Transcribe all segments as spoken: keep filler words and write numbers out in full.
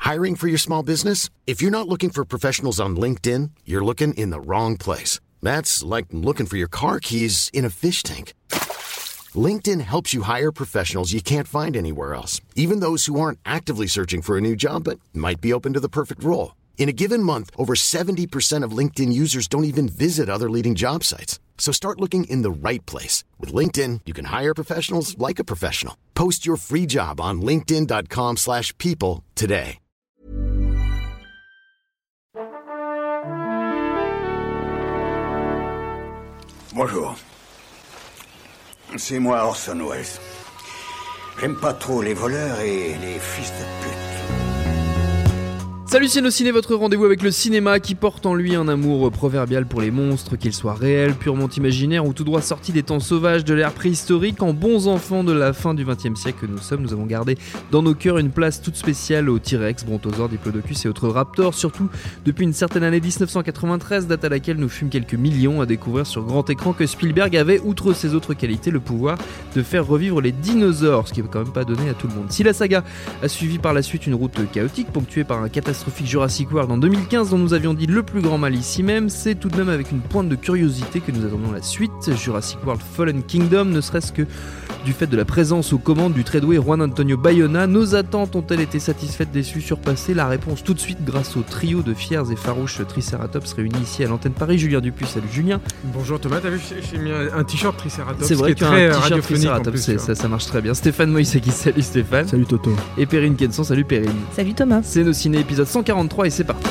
Hiring for your small business? If you're not looking for professionals on LinkedIn, you're looking in the wrong place. That's like looking for your car keys in a fish tank. LinkedIn helps you hire professionals you can't find anywhere else, even those who aren't actively searching for a new job but might be open to the perfect role. In a given month, over seventy percent of LinkedIn users don't even visit other leading job sites. So start looking in the right place. With LinkedIn, you can hire professionals like a professional. Post your free job on linkedin.com slash people today. Bonjour. C'est moi Orson Welles. J'aime pas trop les voleurs et les fils de pute. Salut Ciné, votre rendez-vous avec le cinéma qui porte en lui un amour proverbial pour les monstres, qu'ils soient réels, purement imaginaires ou tout droit sortis des temps sauvages de l'ère préhistorique. En bons enfants de la fin du vingtième siècle que nous sommes, nous avons gardé dans nos cœurs une place toute spéciale aux T-Rex, Brontosaures, Diplodocus et autres raptors, surtout depuis une certaine année dix-neuf cent quatre-vingt-treize, date à laquelle nous fûmes quelques millions à découvrir sur grand écran que Spielberg avait, outre ses autres qualités, le pouvoir de faire revivre les dinosaures, ce qui n'est quand même pas donné à tout le monde. Si la saga a suivi par la suite une route chaotique, ponctuée par un catastrophique Jurassic World en deux mille quinze dont nous avions dit le plus grand mal ici même, c'est tout de même avec une pointe de curiosité que nous attendons la suite. Jurassic World Fallen Kingdom, ne serait-ce que du fait de la présence aux commandes du très doué Juan Antonio Bayona. Nos attentes ont-elles été satisfaites, déçues, surpassées? La réponse tout de suite grâce au trio de fiers et farouches Triceratops réunis ici à l'antenne Paris. Julien Dupuis, salut Julien. Bonjour Thomas, t'as vu, j'ai mis un t-shirt Triceratops. C'est vrai qu'il y a un t-shirt Triceratops, plus, c'est, ça, ça marche très bien. Stéphane Moïsaki, salut Stéphane. Salut Toto. Et Perrine Kenson, salut Perrine. Salut Thomas. C'est nos ciné épisode cent quarante-trois et c'est parti.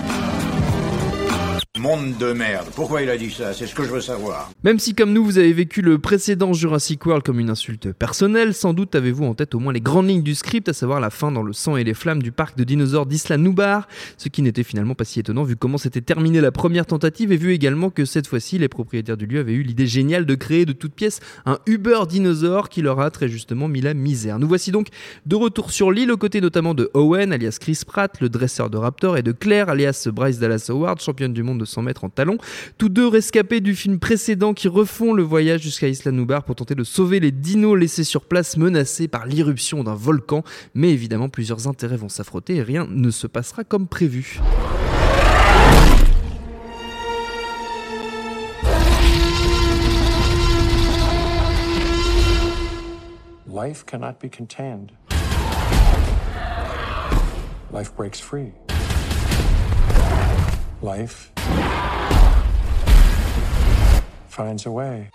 Monde de merde. Pourquoi il a dit ça? C'est ce que je veux savoir. Même si comme nous vous avez vécu le précédent Jurassic World comme une insulte personnelle, sans doute avez-vous en tête au moins les grandes lignes du script, à savoir la fin dans le sang et les flammes du parc de dinosaures d'Isla Nublar, ce qui n'était finalement pas si étonnant vu comment s'était terminée la première tentative et vu également que cette fois-ci les propriétaires du lieu avaient eu l'idée géniale de créer de toutes pièces un Uber dinosaure qui leur a très justement mis la misère. Nous voici donc de retour sur l'île aux côtés notamment de Owen alias Chris Pratt, le dresseur de raptors, et de Claire alias Bryce Dallas Howard, championne du monde de cent mètres en talons, tous deux rescapés du film précédent qui refont le voyage jusqu'à Isla Nublar pour tenter de sauver les dinos laissés sur place menacés par l'irruption d'un volcan. Mais évidemment, plusieurs intérêts vont s'affronter et rien ne se passera comme prévu. Life cannot be contained. Life breaks free. Life finds a way.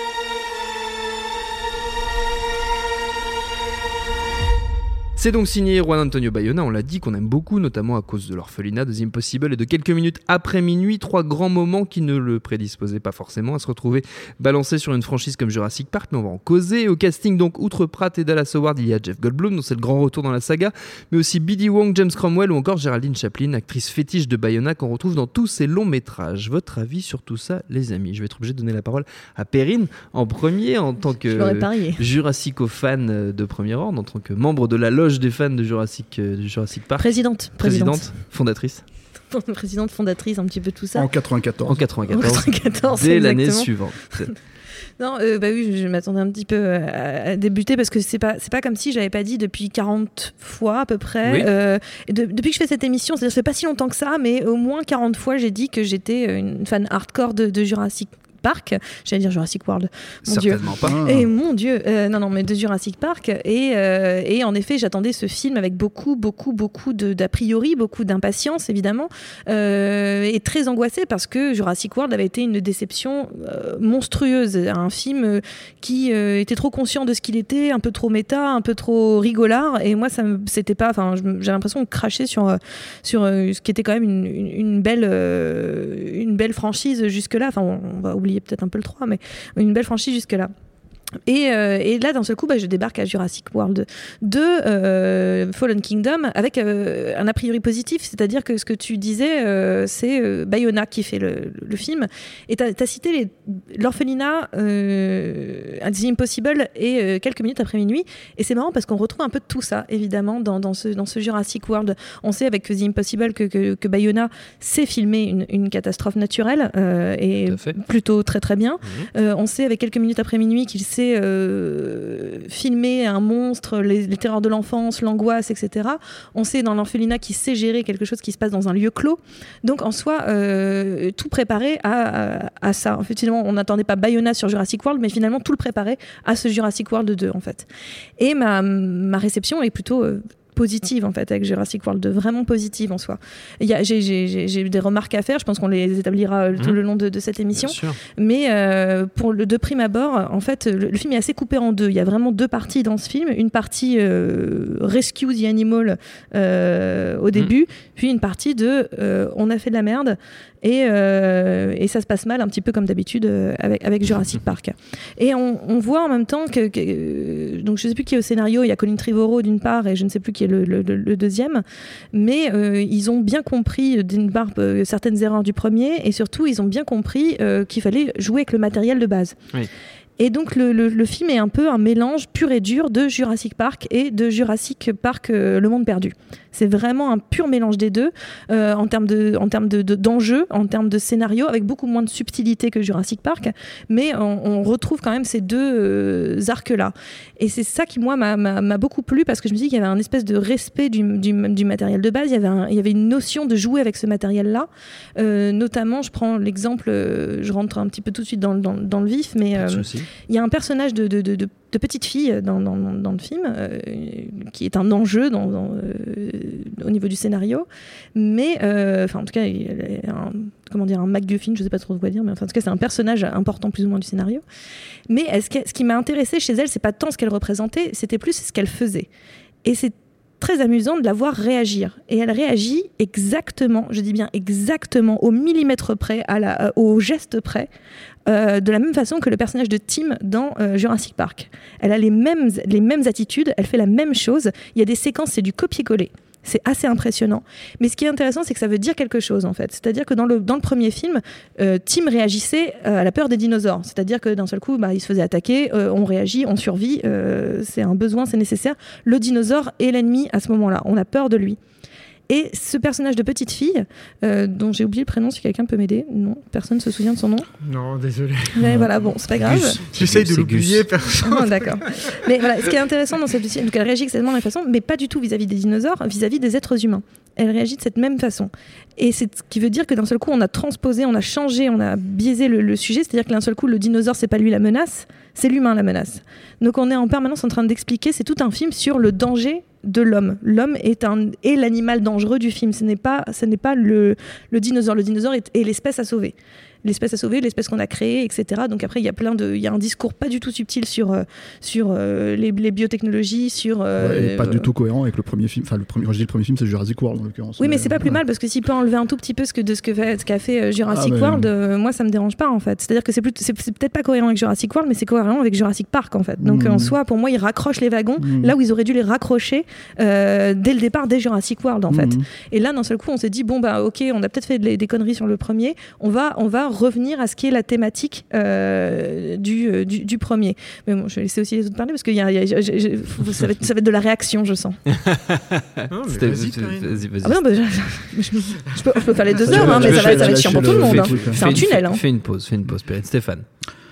C'est donc signé Juan Antonio Bayona, on l'a dit, qu'on aime beaucoup, notamment à cause de l'orphelinat, de The Impossible et de quelques minutes après minuit, trois grands moments qui ne le prédisposaient pas forcément à se retrouver balancé sur une franchise comme Jurassic Park, mais on va en causer. Au casting donc, outre Pratt et Dallas Howard, il y a Jeff Goldblum, dont c'est le grand retour dans la saga, mais aussi B D Wong, James Cromwell ou encore Geraldine Chaplin, actrice fétiche de Bayona qu'on retrouve dans tous ses longs métrages. Votre avis sur tout ça, les amis? Je vais être obligé de donner la parole à Perrine en premier, en tant que Jurassico-fan de premier ordre, en tant que membre de la loge des fans de Jurassic, de Jurassic Park. Présidente. Présidente. Présidente. Fondatrice. Présidente, fondatrice, un petit peu tout ça. En quatre-vingt-quatorze. En quatre-vingt-quatorze. En quatre-vingt-quatorze, dès exactement. l'année suivante. Non, euh, bah oui, je m'attendais un petit peu à, à débuter parce que c'est pas, c'est pas comme si j'avais pas dit depuis quarante fois à peu près. Oui. Euh, et de, depuis que je fais cette émission, c'est-à-dire ça fait pas si longtemps que ça, mais au moins quarante fois j'ai dit que j'étais une fan hardcore de, de Jurassic Park, j'allais dire Jurassic World, mon Certainement Dieu. pas. Et mon Dieu, euh, non non, mais de Jurassic Park. Et, euh, et en effet, j'attendais ce film avec beaucoup, beaucoup, beaucoup de, d'a priori, beaucoup d'impatience évidemment, euh, et très angoissée parce que Jurassic World avait été une déception euh, monstrueuse, un film qui euh, était trop conscient de ce qu'il était, un peu trop méta, un peu trop rigolard. Et moi, ça me, c'était pas, enfin, j'ai l'impression de cracher sur sur euh, ce qui était quand même une, une, une belle, euh, une belle franchise jusque là. Enfin, on, on va oublier peut-être un peu le trois, mais une belle franchise jusque-là. Et, euh, et là, d'un seul coup, bah, je débarque à Jurassic World deux, euh, Fallen Kingdom, avec euh, un a priori positif, c'est-à-dire que ce que tu disais, euh, c'est euh, Bayona qui fait le, le film. Et tu as cité les, l'orphelinat, euh, The Impossible et euh, quelques minutes après minuit. Et c'est marrant parce qu'on retrouve un peu de tout ça, évidemment, dans, dans, ce, dans ce Jurassic World. On sait avec The Impossible que, que, que Bayona sait filmer une, une catastrophe naturelle, euh, et plutôt très très bien. Mmh. Euh, on sait avec quelques minutes après minuit qu'il sait c'est euh, filmer un monstre, les, les terreurs de l'enfance, l'angoisse, et cetera. On sait dans l'orphelinat qu'il sait gérer quelque chose qui se passe dans un lieu clos. Donc en soi, euh, tout préparé à, à, à ça. En fait, finalement, on n'attendait pas Bayona sur Jurassic World, mais finalement tout le préparait à ce Jurassic World deux en fait. Et ma, ma réception est plutôt euh, positive en fait avec Jurassic World, vraiment positive en soi. Il y a, j'ai, j'ai, j'ai des remarques à faire, je pense qu'on les établira mmh. tout le long de, de cette émission. Mais euh, pour le de prime abord, en fait, le, le film est assez coupé en deux. Il y a vraiment deux parties dans ce film. Une partie euh, Rescue the Animal euh, au début, mmh. puis une partie de euh, on a fait de la merde. Et, euh, et ça se passe mal, un petit peu comme d'habitude euh, avec, avec Jurassic Park. Et on, on voit en même temps que, que euh, donc je ne sais plus qui est au scénario, il y a Colin Trevorrow d'une part et je ne sais plus qui est le, le, le deuxième, mais euh, ils ont bien compris d'une part euh, certaines erreurs du premier et surtout ils ont bien compris euh, qu'il fallait jouer avec le matériel de base. Oui. Et donc le, le, le film est un peu un mélange pur et dur de Jurassic Park et de Jurassic Park euh, Le Monde Perdu. C'est vraiment un pur mélange des deux euh, en termes de, en termes de, de, d'enjeux, en termes de scénario, avec beaucoup moins de subtilité que Jurassic Park, mais on, on retrouve quand même ces deux euh, arcs-là. Et c'est ça qui, moi, m'a, m'a, m'a beaucoup plu, parce que je me dis qu'il y avait un espèce de respect du, du, du matériel de base, il y, avait un, il y avait une notion de jouer avec ce matériel-là. Euh, notamment, je prends l'exemple, euh, je rentre un petit peu tout de suite dans, dans, dans le vif, mais euh, il y a un personnage de, de, de, de de petite fille dans, dans, dans le film, euh, qui est un enjeu dans, dans, euh, au niveau du scénario, mais euh, enfin en tout cas il est un, comment dire, un MacGuffin, je sais pas trop quoi dire, mais enfin, en tout cas c'est un personnage important plus ou moins du scénario. Mais est-ce que, ce qui m'a intéressé chez elle, c'est pas tant ce qu'elle représentait, c'était plus ce qu'elle faisait. Et c'est très amusant de la voir réagir. Et elle réagit exactement, je dis bien exactement, au millimètre près, à la, euh, au geste près, euh, de la même façon que le personnage de Tim dans euh, Jurassic Park. Elle a les mêmes, les mêmes attitudes, elle fait la même chose. Il y a des séquences, c'est du copier-coller. C'est assez impressionnant. Mais ce qui est intéressant, c'est que ça veut dire quelque chose, en fait. C'est-à-dire que dans le, dans le premier film, euh, Tim réagissait euh, à la peur des dinosaures. C'est-à-dire que d'un seul coup, bah, il se faisait attaquer, euh, on réagit, on survit, euh, c'est un besoin, c'est nécessaire. Le dinosaure est l'ennemi à ce moment-là. On a peur de lui. Et ce personnage de petite fille, euh, dont j'ai oublié le prénom, si quelqu'un peut m'aider. Non, personne ne se souvient de son nom. Non, désolé. Mais voilà, bon, c'est pas grave. Gus. J'essaye de l'oublier, personne. Oh, d'accord. Mais voilà, ce qui est intéressant dans cette donc elle réagit exactement de la même façon, mais pas du tout vis-à-vis des dinosaures, vis-à-vis des êtres humains. Elle réagit de cette même façon. Et c'est ce qui veut dire que d'un seul coup, on a transposé, on a changé, on a biaisé le, le sujet. C'est-à-dire que d'un seul coup, le dinosaure, c'est pas lui la menace, c'est l'humain la menace. Donc on est en permanence en train d'expliquer, c'est tout un film sur le danger de l'homme. L'homme est, un, est l'animal dangereux du film. Ce n'est pas, ce n'est pas le, le dinosaure. Le dinosaure est, est l'espèce à sauver. L'espèce à sauver, l'espèce qu'on a créée, et cetera. Donc après, il y a plein de, il y a un discours pas du tout subtil sur euh, sur euh, les, les biotechnologies, sur. Euh, ouais, et pas euh, du tout cohérent avec le premier film. Enfin, le premier, quand je dis le premier film, c'est Jurassic World en l'occurrence. Oui, mais c'est pas plus ouais. mal parce que s'il peut enlever un tout petit peu ce que de ce que fait, ce qu'a fait Jurassic ah, World, euh, moi ça me dérange pas en fait. C'est-à-dire que c'est, plus, c'est, c'est peut-être pas cohérent avec Jurassic World, mais c'est cohérent avec Jurassic Park en fait. Donc mmh. en soi, pour moi, ils raccrochent les wagons mmh. là où ils auraient dû les raccrocher euh, dès le départ, dès Jurassic World en mmh. fait. Et là, d'un seul coup, on s'est dit bon bah ok, on a peut-être fait des, des conneries sur le premier, on va on va revenir à ce qui est la thématique euh, du, euh, du, du premier. Mais bon, je vais laisser aussi les autres parler parce que y a, y a, y a, ça, va être, ça va être de la réaction, je sens. Non, mais vas-y, vas-y, vas-y. Ah bah non, bah, je, je, je, je, peux, je peux faire les deux heures, hein, mais ça va, ça va être chiant pour tout le monde. Hein. C'est un tunnel. Hein. Fais une pause, fais une pause, Perrine. Stéphane.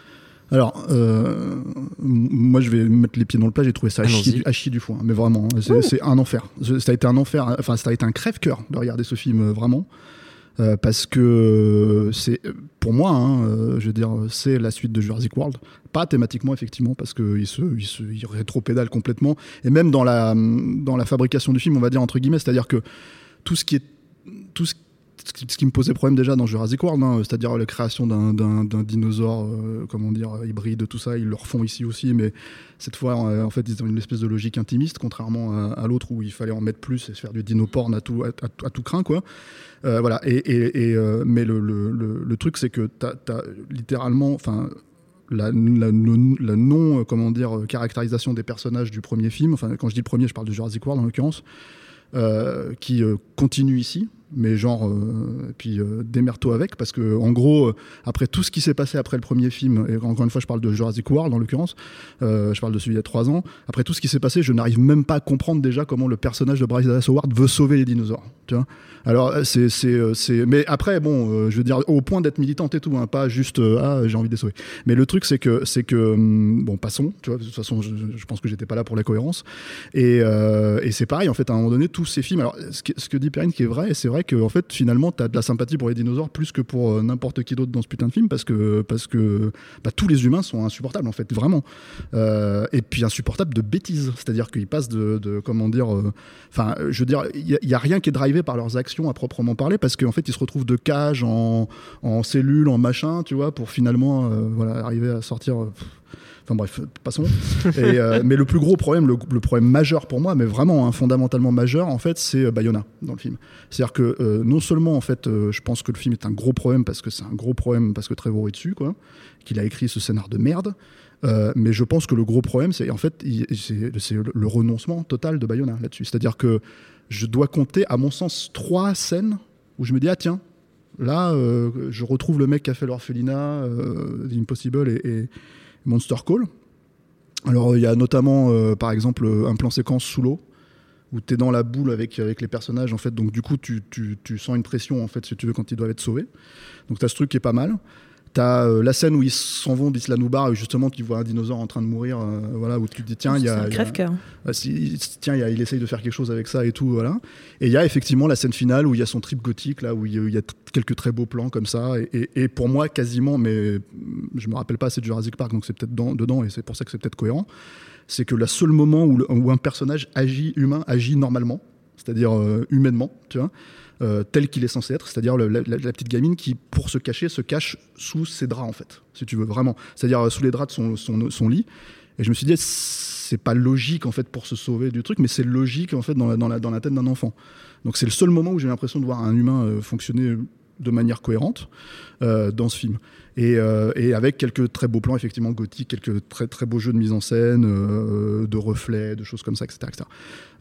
Alors, euh, moi je vais mettre les pieds dans le plat, j'ai trouvé ça à chier, à chier du foin, mais vraiment, c'est, c'est un enfer. Ça a été un enfer, enfin ça a été un crève-cœur de regarder ce film, vraiment. Euh, parce que c'est, pour moi, hein, euh, je veux dire, c'est la suite de Jurassic World. Pas thématiquement, effectivement, parce qu'il se, il se il rétro-pédale complètement. Et même dans la, dans la fabrication du film, on va dire entre guillemets, c'est-à-dire que tout ce qui est, tout ce, ce qui me posait problème déjà dans Jurassic World, hein, c'est-à-dire la création d'un, d'un, d'un dinosaure, euh, comment dire, hybride, tout ça, ils le refont ici aussi, mais cette fois, euh, en fait, ils ont une espèce de logique intimiste, contrairement à, à l'autre où il fallait en mettre plus et se faire du dino-porn à tout, à, à, à tout crin, quoi. Euh, voilà. Et, et, et euh, mais le, le, le, le truc, c'est que t'as, t'as littéralement, enfin, la, la, la non, comment dire, caractérisation des personnages du premier film. Enfin, quand je dis le premier, je parle de Jurassic World en l'occurrence, euh, qui euh, continue ici. mais genre, euh, et puis euh, démerde-toi avec, parce que en gros, euh, après tout ce qui s'est passé après le premier film, et encore une fois, je parle de Jurassic World en l'occurrence, euh, je parle de celui il y a trois ans. Après tout ce qui s'est passé, je n'arrive même pas à comprendre déjà comment le personnage de Bryce Dallas Howard veut sauver les dinosaures. Tu vois. Alors c'est, c'est, c'est, mais après bon, euh, je veux dire au point d'être militante et tout, hein, pas juste euh, ah j'ai envie de les sauver. Mais le truc c'est que c'est que hum, bon passons, tu vois. De toute façon, je, je pense que j'étais pas là pour la cohérence. Et, euh, et c'est pareil en fait. À un moment donné, tous ces films. Alors ce que, ce que dit Perrine qui est vrai, c'est vrai que en fait finalement t'as de la sympathie pour les dinosaures plus que pour euh, n'importe qui d'autre dans ce putain de film parce que parce que bah, tous les humains sont insupportables en fait vraiment. Euh, et puis insupportables de bêtises, c'est-à-dire qu'ils passent de, de comment dire. Enfin, euh, je veux dire, il y, y a rien qui est drivé par leurs actions à proprement parler parce qu'en fait ils se retrouvent de cage en, en cellules, en machin, tu vois, pour finalement euh, voilà, arriver à sortir. Euh, Enfin bref, passons. Et, euh, mais le plus gros problème, le, le problème majeur pour moi, mais vraiment hein, fondamentalement majeur, en fait, c'est euh, Bayona dans le film. C'est-à-dire que euh, non seulement, en fait, euh, je pense que le film est un gros problème parce que c'est un gros problème parce que Trevor est dessus, quoi, qu'il a écrit ce scénar de merde. Euh, mais je pense que le gros problème, c'est en fait, il, c'est, c'est le, le renoncement total de Bayona là-dessus. C'est-à-dire que je dois compter, à mon sens, trois scènes où je me dis ah tiens. Là, euh, je retrouve le mec qui a fait l'orphelinat, euh, The Impossible et, et Monster Call. Alors, il y a notamment, euh, par exemple, un plan séquence sous l'eau où tu es dans la boule avec, avec les personnages, en fait. Donc, du coup, tu, tu, tu sens une pression, en fait, si tu veux, quand ils doivent être sauvés. Donc, tu as ce truc qui est pas mal. T'as euh, la scène où ils s'en vont d'Isla Nublar et justement tu vois un dinosaure en train de mourir, euh, voilà, où tu te dis tiens il y a, c'est un crève-cœur. Euh, si, tiens il, y a, il essaye de faire quelque chose avec ça et tout, voilà. Et il y a effectivement la scène finale où il y a son trip gothique là où il y a, il y a t- quelques très beaux plans comme ça et, et, et pour moi quasiment, mais je me rappelle pas assez de Jurassic Park donc c'est peut-être dans, dedans et c'est pour ça que c'est peut-être cohérent. C'est que le seul moment où, le, où un personnage agit humain agit normalement, c'est-à-dire euh, humainement, tu vois. Euh, tel qu'il est censé être, c'est-à-dire le, la, la, la petite gamine qui, pour se cacher, se cache sous ses draps, en fait, si tu veux, vraiment. C'est-à-dire euh, sous les draps de son, son, son lit. Et je me suis dit, c'est pas logique, en fait, pour se sauver du truc, mais c'est logique, en fait, dans la, dans la, dans la tête d'un enfant. Donc c'est le seul moment où j'ai l'impression de voir un humain euh, fonctionner de manière cohérente euh, dans ce film. Et, euh, et avec quelques très beaux plans, effectivement, gothiques, quelques très, très beaux jeux de mise en scène, euh, de reflets, de choses comme ça, et cetera et cetera.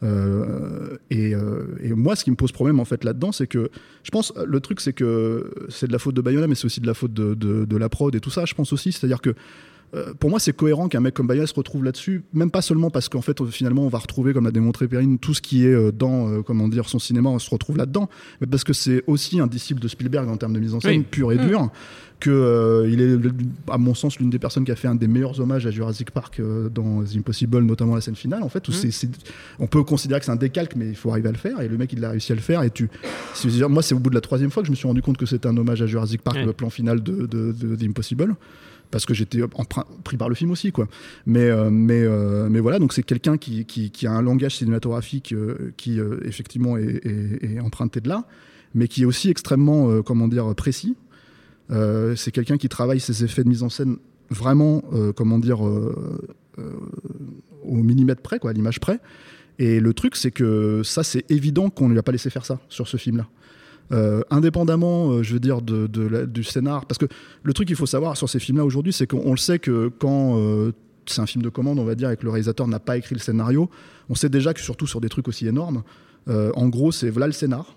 Euh, et, euh, et moi, ce qui me pose problème, en fait, là-dedans, c'est que, je pense, le truc, c'est que c'est de la faute de Bayona, mais c'est aussi de la faute de, de, de la prod et tout ça, je pense aussi. C'est-à-dire que Euh, pour moi, c'est cohérent qu'un mec comme Bayona se retrouve là-dessus, même pas seulement parce qu'en fait, finalement, on va retrouver, comme l'a démontré Perrine, tout ce qui est euh, dans, euh, comment dire, son cinéma, on se retrouve là-dedans, mais parce que c'est aussi un disciple de Spielberg en termes de mise en scène, oui. pure et mmh. dure, que euh, il est, à mon sens, l'une des personnes qui a fait un des meilleurs hommages à Jurassic Park euh, dans The Impossible, notamment la scène finale, en fait, où mmh. c'est, c'est, on peut considérer que c'est un décalque, mais il faut arriver à le faire, et le mec, il a réussi à le faire, et tu, c'est, moi, c'est au bout de la troisième fois que je me suis rendu compte que c'était un hommage à Jurassic Park, mmh. le plan final de, de, de, de The Impossible. Parce que j'étais emprunt, pris par le film aussi, quoi. Mais, euh, mais, euh, mais voilà, donc c'est quelqu'un qui, qui, qui a un langage cinématographique euh, qui, euh, effectivement, est, est, est emprunté de là, mais qui est aussi extrêmement, euh, comment dire, précis. Euh, c'est quelqu'un qui travaille ses effets de mise en scène vraiment, euh, comment dire, euh, euh, au millimètre près, quoi, à l'image près. Et le truc, c'est que ça, c'est évident qu'on ne lui a pas laissé faire ça sur ce film-là. Euh, indépendamment, euh, je veux dire, de, de la, du scénar, parce que le truc qu'il faut savoir sur ces films-là aujourd'hui, c'est qu'on on le sait que quand euh, c'est un film de commande, on va dire, et que le réalisateur n'a pas écrit le scénario, on sait déjà que surtout sur des trucs aussi énormes, euh, en gros, c'est voilà le scénar,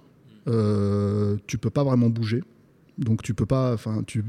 euh, tu peux pas vraiment bouger, donc tu peux pas, enfin, tu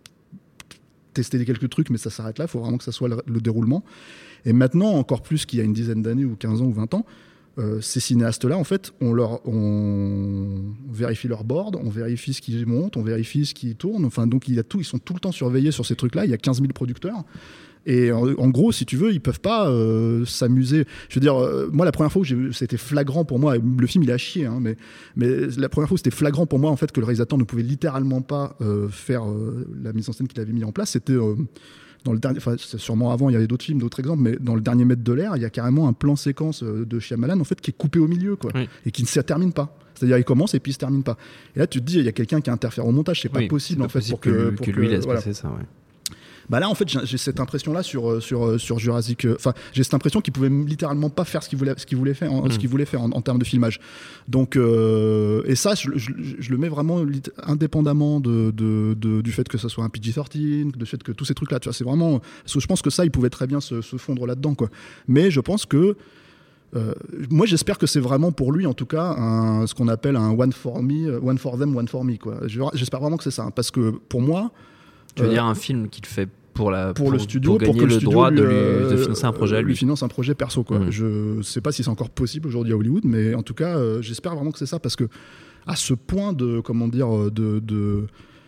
tester quelques trucs, mais ça s'arrête là, il faut vraiment que ça soit le, le déroulement. Et maintenant, encore plus qu'il y a une dizaine d'années, ou quinze ans, ou vingt ans, Euh, ces cinéastes-là, en fait, on, leur, on vérifie leur board, on vérifie ce qui monte, on vérifie ce qui tourne. Enfin, donc, il y a tout, ils sont tout le temps surveillés sur ces trucs-là. Il y a quinze mille producteurs. Et en, en gros, si tu veux, ils peuvent pas euh, s'amuser. Je veux dire, euh, moi, la première fois où j'ai, c'était flagrant pour moi, le film, il a chié, hein, mais, mais la première fois où c'était flagrant pour moi, en fait, que le réalisateur ne pouvait littéralement pas euh, faire euh, la mise en scène qu'il avait mis en place, c'était... Euh, Dans le dernier, enfin, sûrement avant, il y avait d'autres films, d'autres exemples, mais dans le dernier mètre de l'air, il y a carrément un plan séquence de Shyamalan en fait qui est coupé au milieu, quoi, oui. et qui ne se termine pas. C'est-à-dire, il commence et puis il se termine pas. Et là, tu te dis, il y a quelqu'un qui interfère au montage, c'est oui, pas possible c'est pas en fait possible pour que, que, pour que que lui laisse voilà. passer ça. Ouais. Bah là, en fait, j'ai, j'ai cette impression-là sur sur sur Jurassic. Enfin, euh, j'ai cette impression qu'il pouvait littéralement pas faire ce qu'il voulait, ce qu'il voulait faire, en, mmh. ce qu'il voulait faire en, en termes de filmage. Donc, euh, et ça, je, je, je le mets vraiment indépendamment de, de, de du fait que ça soit un P G treize, du fait que tous ces trucs-là, tu vois, c'est vraiment. Parce que je pense que ça, il pouvait très bien se, se fondre là-dedans, quoi. Mais je pense que Euh, moi, j'espère que c'est vraiment pour lui, en tout cas, un, ce qu'on appelle un one for me, one for them, one for me, quoi. J'espère vraiment que c'est ça, hein, parce que pour moi, tu veux euh, dire un film qu'il fait pour la pour, pour le studio, pour gagner pour que le, le studio droit lui, de, lui, euh, de financer un projet à lui. lui finance un projet perso, quoi. Mmh. Je sais pas si c'est encore possible aujourd'hui à Hollywood, mais en tout cas, euh, j'espère vraiment que c'est ça, parce que à ce point de, comment dire, de, de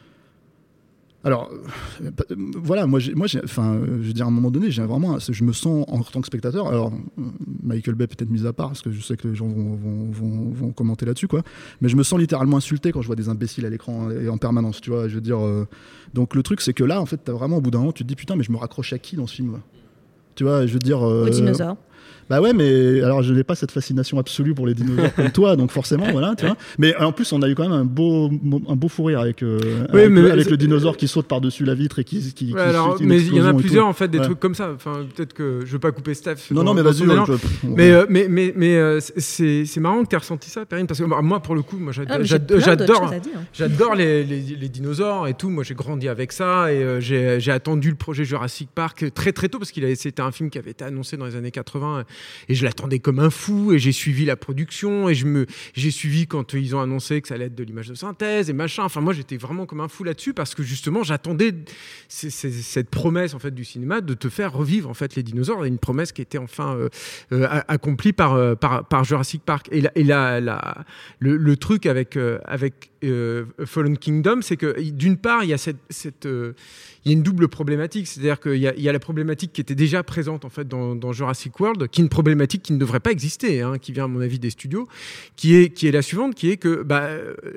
alors, euh, voilà, moi, j'ai, moi j'ai, enfin, je veux dire, à un moment donné, j'ai vraiment, je me sens en tant que spectateur. Alors, Michael Bay peut-être mis à part, parce que je sais que les gens vont, vont, vont, vont commenter là-dessus, quoi. Mais je me sens littéralement insulté quand je vois des imbéciles à l'écran et en permanence, tu vois. Je veux dire, euh, donc le truc, c'est que là, en fait, t'as vraiment, au bout d'un moment, tu te dis putain, mais je me raccroche à qui dans ce film, là ? Tu vois, je veux dire. Euh, Aux dinosaures. Bah ouais, mais alors je n'ai pas cette fascination absolue pour les dinosaures comme toi, donc forcément, voilà, tu vois. Mais en plus, on a eu quand même un beau, un beau fou rire avec, euh, oui, avec, mais le, avec le dinosaure qui saute par-dessus la vitre et qui. qui, ouais, qui alors, qui mais il y en a plusieurs, tout. en fait, des ouais. trucs comme ça. Enfin, peut-être que je veux pas couper Steph. Non, dans, non, mais dans vas-y. son élan. Je... Mais, euh, mais, mais, mais euh, c'est, c'est marrant que tu aies ressenti ça, Perrine, parce que moi, pour le coup, moi, j'adore, ah, j'adore, j'adore, dire, hein. j'adore les, les, les dinosaures et tout. Moi, j'ai grandi avec ça et euh, j'ai, j'ai attendu le projet Jurassic Park très très tôt parce qu'il avait, c'était un film qui avait été annoncé dans les années quatre-vingts et je l'attendais comme un fou et j'ai suivi la production et je me, j'ai suivi quand ils ont annoncé que ça allait être de l'image de synthèse et machin. Enfin, moi, j'étais vraiment comme un fou là-dessus parce que justement, j'attendais c'est, c'est, cette promesse en fait du cinéma de te faire revivre en fait les dinosaures, et une promesse qui était enfin euh, euh, accomplie par, euh, par par Jurassic Park. Et, la, et la, la, le, le truc avec euh, avec euh, Fallen Kingdom, c'est que d'une part, il y a cette, cette euh, il y a une double problématique, c'est-à-dire qu'il y a, il y a la problématique qui était déjà présente en fait dans, dans Jurassic World, qui est une problématique qui ne devrait pas exister, hein, qui vient à mon avis des studios, qui est qui est la suivante, qui est que bah,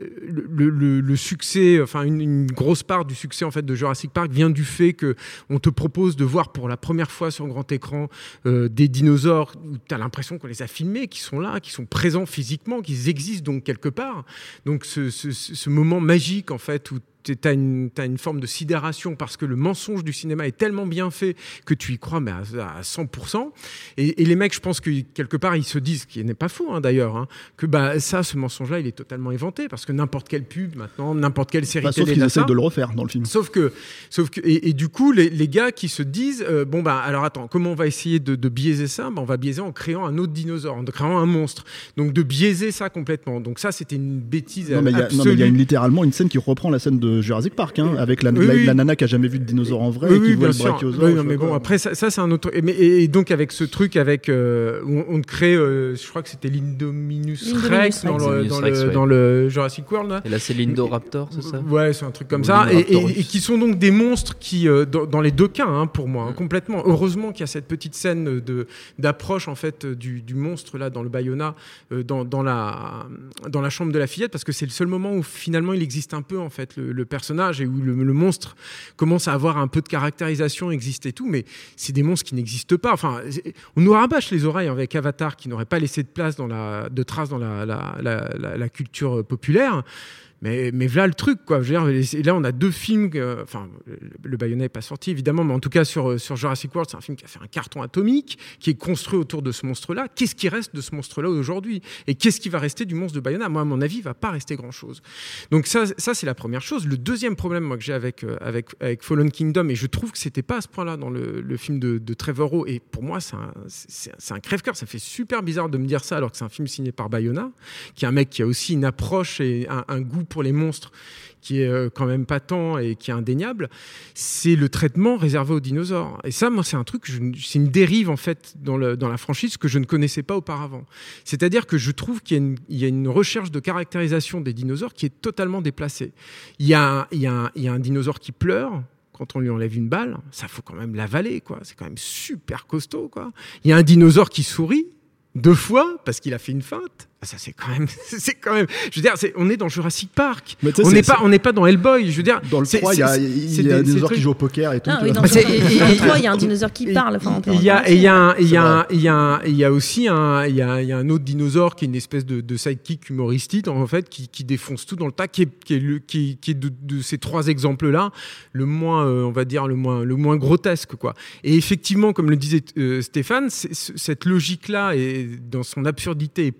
le, le, le succès, enfin une, une grosse part du succès en fait de Jurassic Park vient du fait que on te propose de voir pour la première fois sur grand écran euh, des dinosaures où tu as l'impression qu'on les a filmés, qui sont là, qui sont présents physiquement, qu'ils existent donc quelque part. Donc ce, ce, ce moment magique en fait où tu as une, t'as une forme de sidération parce que le mensonge du cinéma est tellement bien fait que tu y crois mais à, à cent pour cent. Et, et les mecs, je pense que quelque part, ils se disent, ce qui n'est pas faux hein, d'ailleurs, hein, que bah, ça, ce mensonge-là, il est totalement inventé parce que n'importe quelle pub maintenant, n'importe quelle série bah, télé... Sauf qu'ils essaient de le refaire dans le film. Sauf que... Sauf que et, et du coup, les, les gars qui se disent, euh, bon, bah, alors attends, comment on va essayer de, de biaiser ça bah, on va biaiser en créant un autre dinosaure, en créant un monstre. Donc de biaiser ça complètement. Donc ça, c'était une bêtise non, mais absolue. Non, mais il y a une, littéralement une scène qui reprend la scène de Jurassic Park, hein, avec la, oui, la, oui. la nana qui a jamais vu de dinosaure en vrai oui, et qui oui, voit le sûr. brachiosaure. Oui, non, mais bon, après ça, ça c'est un autre. Et, mais, et donc avec ce truc avec, euh, on, on crée, euh, je crois que c'était l'Indominus Rex dans, le, dans, Rex, le, ouais. dans le Jurassic World. Là. Et là, c'est l'Indoraptor, c'est ça ? Ouais, c'est un truc comme Ou ça. Et, et, et qui sont donc des monstres qui, euh, dans, dans les deux cas, hein, pour moi, hein, complètement. Heureusement qu'il y a cette petite scène de d'approche en fait du, du monstre là dans le Bayona, euh, dans, dans la dans la chambre de la fillette, parce que c'est le seul moment où finalement il existe un peu en fait le, le personnage et où le, le monstre commence à avoir un peu de caractérisation, existe et tout, mais c'est des monstres qui n'existent pas. Enfin, on nous rabâche les oreilles avec Avatar qui n'aurait pas laissé de place dans la de traces dans la la, la, la, la culture populaire. Mais, mais voilà le truc, quoi. Je veux dire, et là, on a deux films. Euh, enfin, le, le Bayona n'est pas sorti, évidemment, mais en tout cas, sur, sur Jurassic World, c'est un film qui a fait un carton atomique, qui est construit autour de ce monstre-là. Qu'est-ce qui reste de ce monstre-là aujourd'hui ? Et qu'est-ce qui va rester du monstre de Bayona ? Moi, à mon avis, il ne va pas rester grand-chose. Donc, ça, ça, c'est la première chose. Le deuxième problème, moi, que j'ai avec, euh, avec, avec Fallen Kingdom, et je trouve que ce n'était pas à ce point-là dans le, le film de, de Trevorrow, et pour moi, c'est un, c'est, c'est un crève-cœur. Ça fait super bizarre de me dire ça, alors que c'est un film signé par Bayona, qui est un mec qui a aussi une approche et un, un goût pour les monstres qui est quand même patent et qui est indéniable, c'est le traitement réservé aux dinosaures. Et ça, moi, c'est un truc, je, c'est une dérive, en fait, dans, le, dans la franchise que je ne connaissais pas auparavant. C'est-à-dire que je trouve qu'il y a une, il y a une recherche de caractérisation des dinosaures qui est totalement déplacée. Il y a, il y a, un, il y a un dinosaure qui pleure quand on lui enlève une balle, ça faut quand même l'avaler, quoi. C'est quand même super costaud, quoi. Il y a un dinosaure qui sourit deux fois parce qu'il a fait une feinte. Ça, c'est quand même, c'est quand même, je veux dire, c'est, on est dans Jurassic Park. On n'est pas, on n'est pas dans Hellboy. Je veux dire, dans le trois, il y a, il y a un dinosaure qui joue au poker et tout. Ah, oui, dans le trois, il y a un dinosaure qui parle. Enfin, il y a, il y a, il y a, il y a, il y a aussi un, il y a, il y a un autre dinosaure qui est une espèce de, de sidekick humoristique en fait, qui, qui défonce tout dans le tas, qui est, qui est, le, qui, qui est de, de ces trois exemples-là, le moins, euh, on va dire, le moins, le moins grotesque, quoi. Et effectivement, comme le disait euh, Stéphane, c'est, cette logique-là, et dans son absurdité, est poussée à un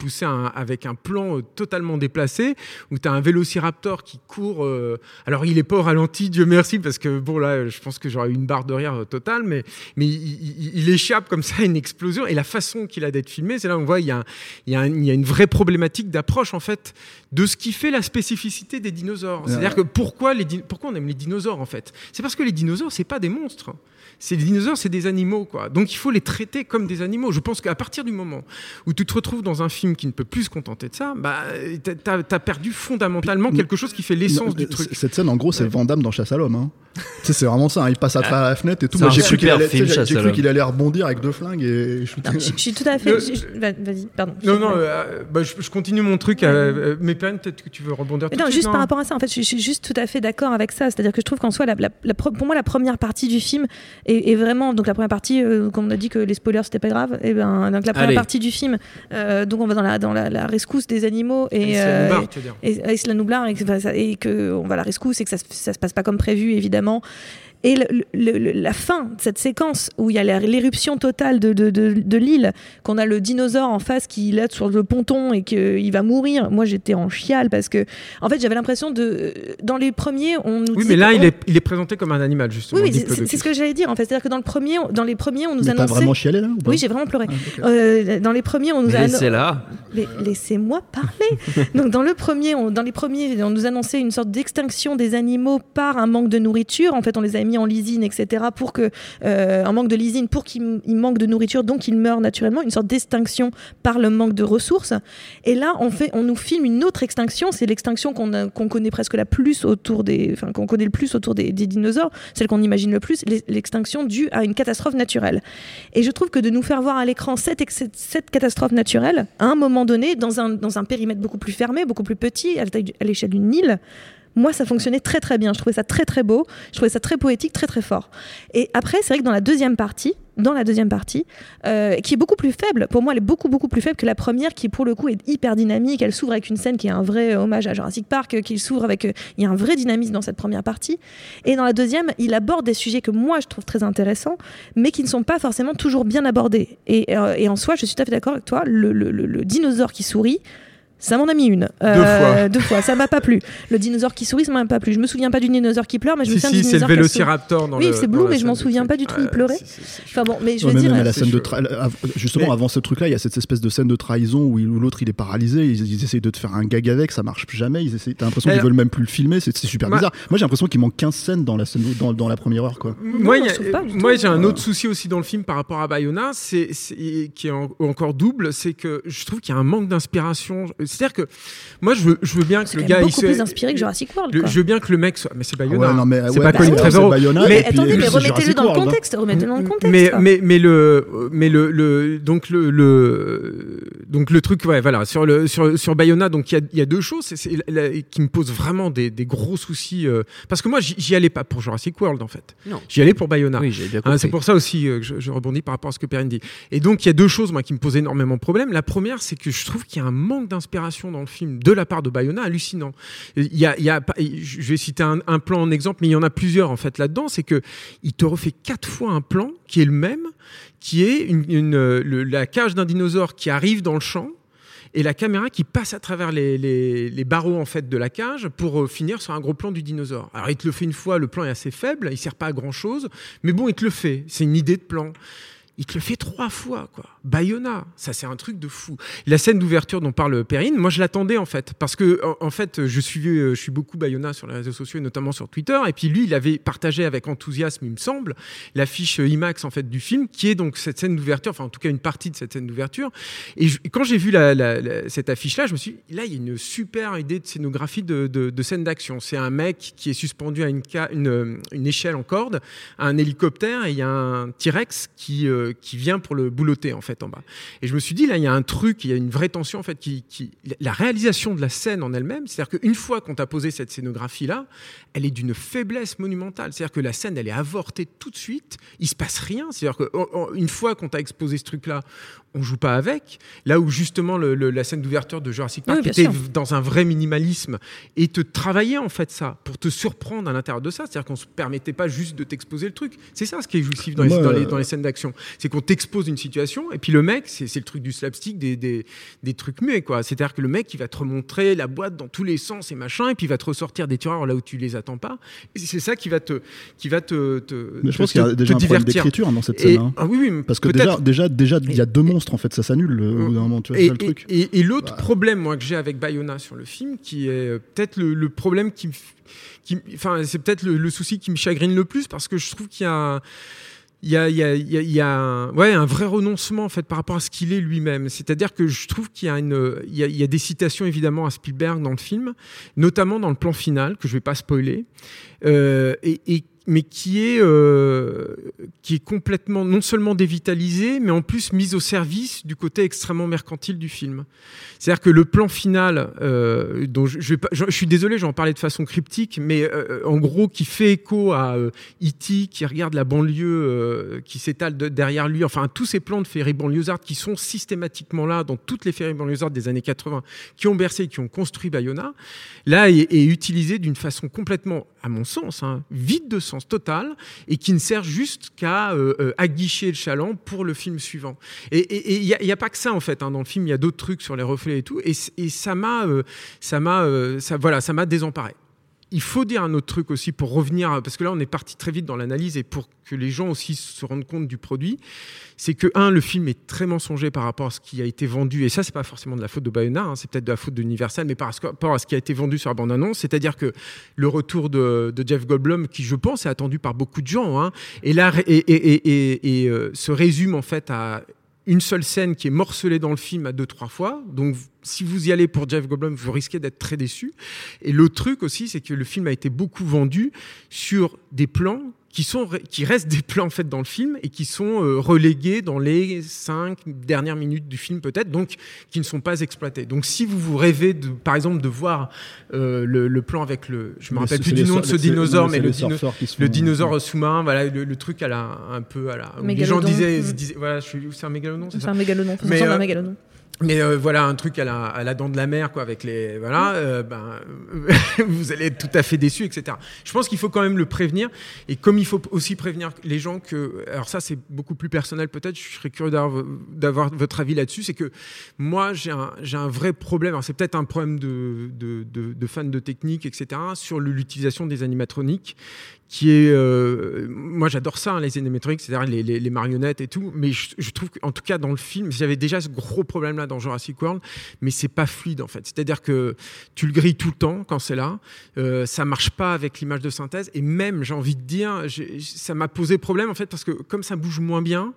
un, avec un plan euh, totalement déplacé, où tu as un vélociraptor qui court. Euh, alors, il n'est pas au ralenti, Dieu merci, parce que bon, là, je pense que j'aurais eu une barre de rire euh, totale, mais, mais il, il, il échappe comme ça à une explosion. Et la façon qu'il a d'être filmé, c'est là où on voit qu'il y a, un, il y a, un, il y a une vraie problématique d'approche, en fait, de ce qui fait la spécificité des dinosaures. Ouais. C'est-à-dire que pourquoi, les, pourquoi on aime les dinosaures, en fait ? C'est parce que les dinosaures, c'est pas des monstres. C'est des dinosaures, c'est des animaux, quoi. Donc il faut les traiter comme des animaux. Je pense qu'à partir du moment où tu te retrouves dans un film qui ne peut plus se contenter de ça, bah, t'as, t'as perdu fondamentalement Puis, quelque chose qui fait l'essence non, du truc. Cette scène, en gros, c'est ouais. Van Damme dans Chasse à l'homme. Hein. Tu sais, c'est vraiment ça. Hein. Il passe à travers la fenêtre et tout. Moi, j'ai cru qu'il allait, j'ai cru qu'il allait rebondir avec deux flingues et shooter. Non, je, je suis tout à fait. Le, je, vas-y, pardon. Non, non. Euh, bah, je, je continue mon truc. Euh, mais peut-être que tu veux rebondir. Tout non, de juste suite, par rapport à ça. En fait, je, je suis juste tout à fait d'accord avec ça. C'est-à-dire que je trouve qu'en soi, la, la, la, pour moi, la première partie du film est, est vraiment donc la première partie, euh, comme on a dit que les spoilers c'était pas grave. Et ben donc la première Allez. partie du film, euh, donc on va dans la dans la, la rescousse des animaux et euh, Noublar, tu veux dire. et Isla Noublar et, et que on va à la rescousse et que ça, ça se passe pas comme prévu évidemment. Et le, le, le, la fin de cette séquence où il y a l'éruption totale de, de, de, de l'île, qu'on a le dinosaure en face qui est sur le ponton et qu'il va mourir, moi j'étais en chiale parce que en fait j'avais l'impression de dans les premiers on nous oui mais là on... il, est, il est présenté comme un animal justement. Oui, oui c'est, c'est ce que j'allais dire en fait, c'est-à-dire que dans le premier dans les premiers on nous mais annonçait. T'as vraiment chialé là ou pas ? Oui, j'ai vraiment pleuré. Ah, okay. euh, dans les premiers on nous a laissez là. Mais laissez-moi parler. Donc dans le premier on, dans les premiers on nous annonçait une sorte d'extinction des animaux par un manque de nourriture. En fait on les a mis en lysine, et cetera, pour que, euh, un manque de lysine, pour qu'il il manque de nourriture, donc ils meurent naturellement, une sorte d'extinction par le manque de ressources. Et là, on, fait, on nous filme une autre extinction, c'est l'extinction qu'on, a, qu'on connaît presque la plus autour des, enfin, qu'on connaît le plus autour des, des dinosaures, celle qu'on imagine le plus, l'extinction due à une catastrophe naturelle. Et je trouve que de nous faire voir à l'écran cette, cette, cette catastrophe naturelle, à un moment donné, dans un, dans un périmètre beaucoup plus fermé, beaucoup plus petit, à, à l'échelle d'une île, moi, ça fonctionnait très très bien. Je trouvais ça très très beau. Je trouvais ça très poétique, très très fort. Et après, c'est vrai que dans la deuxième partie, dans la deuxième partie, euh, qui est beaucoup plus faible, pour moi, elle est beaucoup beaucoup plus faible que la première, qui pour le coup est hyper dynamique. Elle s'ouvre avec une scène qui est un vrai hommage à Jurassic Park, qui s'ouvre avec, euh, il y a un vrai dynamisme dans cette première partie. Et dans la deuxième, il aborde des sujets que moi je trouve très intéressants, mais qui ne sont pas forcément toujours bien abordés. Et, euh, et en soi, je suis tout à fait d'accord avec toi. Le, le, le, le dinosaure qui sourit. Ça m'en a mis une. Euh, deux fois. Deux fois. Ça m'a pas plu. Le dinosaure qui sourit, ça m'a pas plu. Je me souviens pas du dinosaure qui pleure, mais je me si, souviens si, du dinosaure qui sourit. Si, c'est le vélociraptor dans oui, le. Oui, c'est Blue, mais je m'en souviens pas du tout. Il pleurait. C'est, c'est, c'est, enfin bon, mais je ouais, veux même dire. La scène de tra... Justement, mais... avant ce truc-là, il y a cette espèce de scène de trahison où, il, où l'autre il est paralysé. Ils, ils essayent de te faire un gag avec, ça marche jamais. Ils essayent... T'as l'impression Alors... qu'ils veulent même plus le filmer. C'est, c'est super bah... bizarre. Moi, j'ai l'impression qu'il manque quinze scènes dans la scène dans, dans la première heure, quoi. Moi, non, a... moi j'ai un autre souci aussi dans le film par rapport à Bayona, c'est, c'est... qui est en... encore double, c'est que je trouve qu'il y a un manque d'inspiration. C'est-à-dire que moi, je veux, je veux bien que c'est le gars, beaucoup il plus inspiré que Jurassic World. Le, je veux bien que le mec soit, mais c'est Bayona. Ah ouais, non, mais, c'est ouais, pas Colin bah, Trevorrow. Mais attendez, mais remettez-le dans le contexte, remettez-le dans le contexte. Mais mais mais le mais le le donc le le donc le truc, ouais, voilà, sur le sur sur Bayona, donc il y a il y a deux choses, c'est, c'est la, qui me posent vraiment des des gros soucis, euh, parce que moi j'y, j'y allais pas pour Jurassic World en fait. Non. J'y allais pour Bayona. Oui, j'ai bien compris. Hein, c'est pour ça aussi euh, que je, je rebondis par rapport à ce que Perrine dit. Et donc il y a deux choses moi qui me posent énormément de problèmes. La première, c'est que je trouve qu'il y a un manque d'inspiration dans le film de la part de Bayona hallucinant. Il y a, il y a, je vais citer un, un plan en exemple, mais il y en a plusieurs en fait là-dedans. C'est que il te refait quatre fois un plan qui est le même, qui est une, une, le, la cage d'un dinosaure qui arrive dans le champ et la caméra qui passe à travers les, les, les barreaux en fait de la cage pour euh, finir sur un gros plan du dinosaure. Alors il te le fait une fois, le plan est assez faible, il sert pas à grand chose, mais bon il te le fait. C'est une idée de plan. Il te le fait trois fois, quoi. Bayona, ça c'est un truc de fou. La scène d'ouverture dont parle Perrine, moi je l'attendais en fait, parce que en, en fait je suis, je suis beaucoup Bayona sur les réseaux sociaux et notamment sur Twitter, et puis lui il avait partagé avec enthousiasme, il me semble, l'affiche IMAX en fait du film, qui est donc cette scène d'ouverture, enfin en tout cas une partie de cette scène d'ouverture. Et, je, et quand j'ai vu la, la, la, cette affiche-là, je me suis dit, là il y a une super idée de scénographie de, de, de scène d'action. C'est un mec qui est suspendu à une, une, une échelle en corde, à un hélicoptère, et il y a un T-Rex qui euh, qui vient pour le boulotter en fait en bas. Et je me suis dit là il y a un truc, il y a une vraie tension en fait qui, qui la réalisation de la scène en elle-même, c'est-à-dire qu'une fois qu'on t'a posé cette scénographie là, elle est d'une faiblesse monumentale. C'est-à-dire que la scène elle est avortée tout de suite, il se passe rien. C'est-à-dire qu'une fois qu'on t'a exposé ce truc là, on joue pas avec. Là où justement le, le, la scène d'ouverture de Jurassic Park oui, était sûr. Dans un vrai minimalisme et te travaillait en fait ça pour te surprendre à l'intérieur de ça. C'est-à-dire qu'on se permettait pas juste de t'exposer le truc. C'est ça ce qui est jouissif dans, les, dans, les, dans les scènes d'action. C'est qu'on t'expose une situation, et puis le mec, c'est, c'est le truc du slapstick, des, des, des trucs muets, quoi. C'est-à-dire que le mec, il va te remontrer la boîte dans tous les sens et machin, et puis il va te ressortir des tireurs là où tu les attends pas. Et c'est ça qui va te, qui va te, te Mais je te, pense qu'il y a déjà un problème d'écriture dans cette scène. Et, hein. ah oui, oui, parce que déjà, déjà, déjà, il y a deux monstres en fait, ça s'annule au bout d'un moment. Tu vois, et, c'est ça, le et, truc. Et, et l'autre bah. problème, moi, que j'ai avec Bayona sur le film, qui est peut-être le, le problème qui, qui, enfin, c'est peut-être le, le souci qui me chagrine le plus, parce que je trouve qu'il y a Il y a, il y a, il y a, il y a un, ouais, un vrai renoncement en fait, par rapport à ce qu'il est lui-même. C'est-à-dire que je trouve qu'il y a, une, il y a, il y a des citations évidemment à Spielberg dans le film, notamment dans le plan final, que je ne vais pas spoiler, euh, et, et, mais qui est, euh, qui est complètement non seulement dévitalisé, mais en plus mis au service du côté extrêmement mercantile du film. C'est-à-dire que le plan final, euh, dont je, je, vais pas, je, je suis désolé, j'en parlais de façon cryptique, mais euh, en gros, qui fait écho à euh, E T, qui regarde la banlieue euh, qui s'étale de, derrière lui, enfin tous ces plans de féerie banlieusarde qui sont systématiquement là dans toutes les féeries banlieusardes des années quatre-vingts, qui ont bercé, qui ont construit Bayona, là est, est utilisé d'une façon complètement, à mon sens, hein, vide de sens total, et qui ne sert juste qu'à euh, euh, aguicher le chaland pour le film suivant. Et il n'y a, a pas que ça en fait, hein, dans le film, il y a d'autres trucs sur les reflets et tout, et, et ça m'a, euh, ça m'a, euh, ça, voilà, ça m'a désemparé. Il faut dire un autre truc aussi pour revenir, parce que là on est parti très vite dans l'analyse et pour que les gens aussi se rendent compte du produit, c'est que un, le film est très mensonger par rapport à ce qui a été vendu, et ça c'est pas forcément de la faute de Bayona, hein, c'est peut-être de la faute d'Universal, mais par rapport à ce qui a été vendu sur la bande-annonce, c'est-à-dire que le retour de, de Jeff Goldblum, qui je pense est attendu par beaucoup de gens, hein, et là et, et, et, et, et euh, se résume en fait à une seule scène qui est morcelée dans le film à deux, trois fois. Donc, si vous y allez pour Jeff Goldblum, vous risquez d'être très déçu. Et le truc aussi, c'est que le film a été beaucoup vendu sur des plans qui, sont, qui restent des plans en fait, dans le film et qui sont euh, relégués dans les cinq dernières minutes du film peut-être, donc qui ne sont pas exploités. Donc si vous vous rêvez, de, par exemple, de voir euh, le, le plan avec le... Je me rappelle plus du nom de ce dinosaure, mais le, dino, le dinosaure sous-marin, voilà, le, le truc à la, un peu à la... Les gens disaient, mmh. disaient voilà, je suis, c'est un mégalodon, c'est, c'est ça un mégalodon, mais, euh, un mégalodon. Mais euh, voilà, un truc à la, à la dent de la mer, quoi, avec les... Voilà, euh, ben, vous allez être tout à fait déçus, et cetera. Je pense qu'il faut quand même le prévenir. Et comme il faut aussi prévenir les gens que... Alors ça, c'est beaucoup plus personnel peut-être, je serais curieux d'avoir, d'avoir votre avis là-dessus, c'est que moi, j'ai un, j'ai un vrai problème, alors c'est peut-être un problème de, de, de, de fans de technique, et cetera, sur l'utilisation des animatroniques, qui est... Euh, moi, j'adore ça, hein, les animatroniques, c'est-à-dire les, les, les marionnettes et tout, mais je, je trouve qu'en tout cas, dans le film, j'avais déjà ce gros problème-là dans Jurassic World, mais c'est pas fluide, en fait. C'est-à-dire que tu le grilles tout le temps quand c'est là, euh, ça marche pas avec l'image de synthèse, et même, j'ai envie de dire, j'ai, ça m'a posé problème, en fait, parce que comme ça bouge moins bien,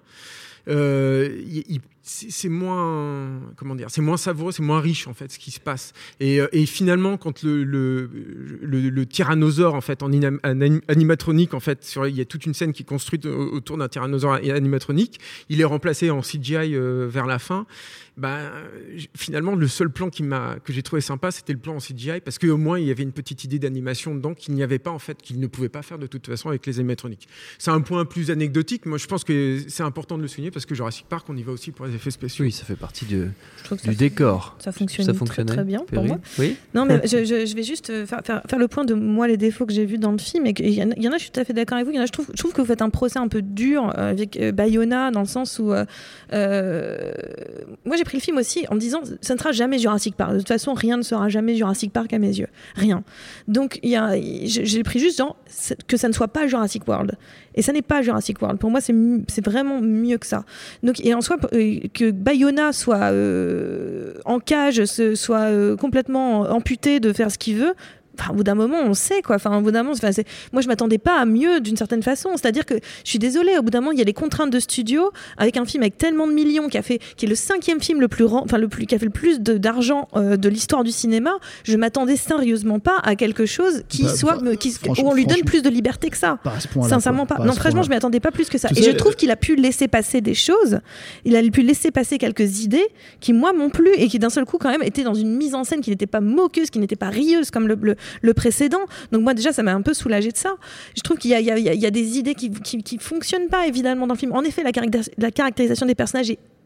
euh, il, c'est, c'est moins comment dire, c'est moins savoureux, c'est moins riche en fait ce qui se passe. Et, et finalement, quand le, le, le, le tyrannosaure en fait en anim, animatronique en fait, sur, il y a toute une scène qui est construite autour d'un tyrannosaure animatronique, il est remplacé en C G I euh, vers la fin. Ben, finalement, le seul plan qui m'a, que j'ai trouvé sympa, c'était le plan en C G I, parce qu'au moins, il y avait une petite idée d'animation dedans qu'il n'y avait pas, en fait, qu'il ne pouvait pas faire de toute façon avec les animatroniques. C'est un point plus anecdotique. Moi, je pense que c'est important de le souligner, parce que Jurassic Park, on y va aussi pour les effets spéciaux. Oui, ça fait partie du, du ça décor. Ça fonctionne très, très bien Perry. pour moi. Oui. Non, mais je, je, je vais juste faire, faire, faire le point de moi, les défauts que j'ai vus dans le film. Et il y, y en a, je suis tout à fait d'accord avec vous. Il y en a, je trouve, je trouve que vous faites un procès un peu dur avec euh, Bayona, dans le sens où... Euh, euh, moi, j'ai pris le film aussi en me disant, ça ne sera jamais Jurassic Park. De toute façon, rien ne sera jamais Jurassic Park à mes yeux. Rien. Donc, y a, j'ai pris juste genre, que ça ne soit pas Jurassic World. Et ça n'est pas Jurassic World. Pour moi, c'est, c'est vraiment mieux que ça. Donc, et en soi, que Bayona soit euh, en cage, soit euh, complètement amputé de faire ce qu'il veut, enfin, au bout d'un moment, on sait, quoi. Enfin, au bout d'un moment, enfin, c'est... moi, je m'attendais pas à mieux d'une certaine façon. C'est-à-dire que je suis désolée, au bout d'un moment, il y a les contraintes de studio avec un film avec tellement de millions qui a fait, qui est le cinquième film le plus, enfin, le plus, qui a fait le plus de, d'argent euh, de l'histoire du cinéma. Je m'attendais sérieusement pas à quelque chose qui bah, soit, bah, qui, où on lui donne plus de liberté que ça. Pas à ce point-là, sincèrement pas. pas non, franchement, je m'y attendais pas plus que ça. Tu Et sais, je trouve qu'il a pu laisser passer des choses. Il a pu laisser passer quelques idées qui, moi, m'ont plu et qui, d'un seul coup, quand même, étaient dans une mise en scène qui n'était pas moqueuse, qui n'était pas rieuse comme le, le, le précédent. Donc moi déjà ça m'a un peu soulagée de ça. Je trouve qu'il y a, il y a, il y a des idées qui, qui, qui fonctionnent pas évidemment dans le film. En effet, la, caractéris- la caractérisation des personnages est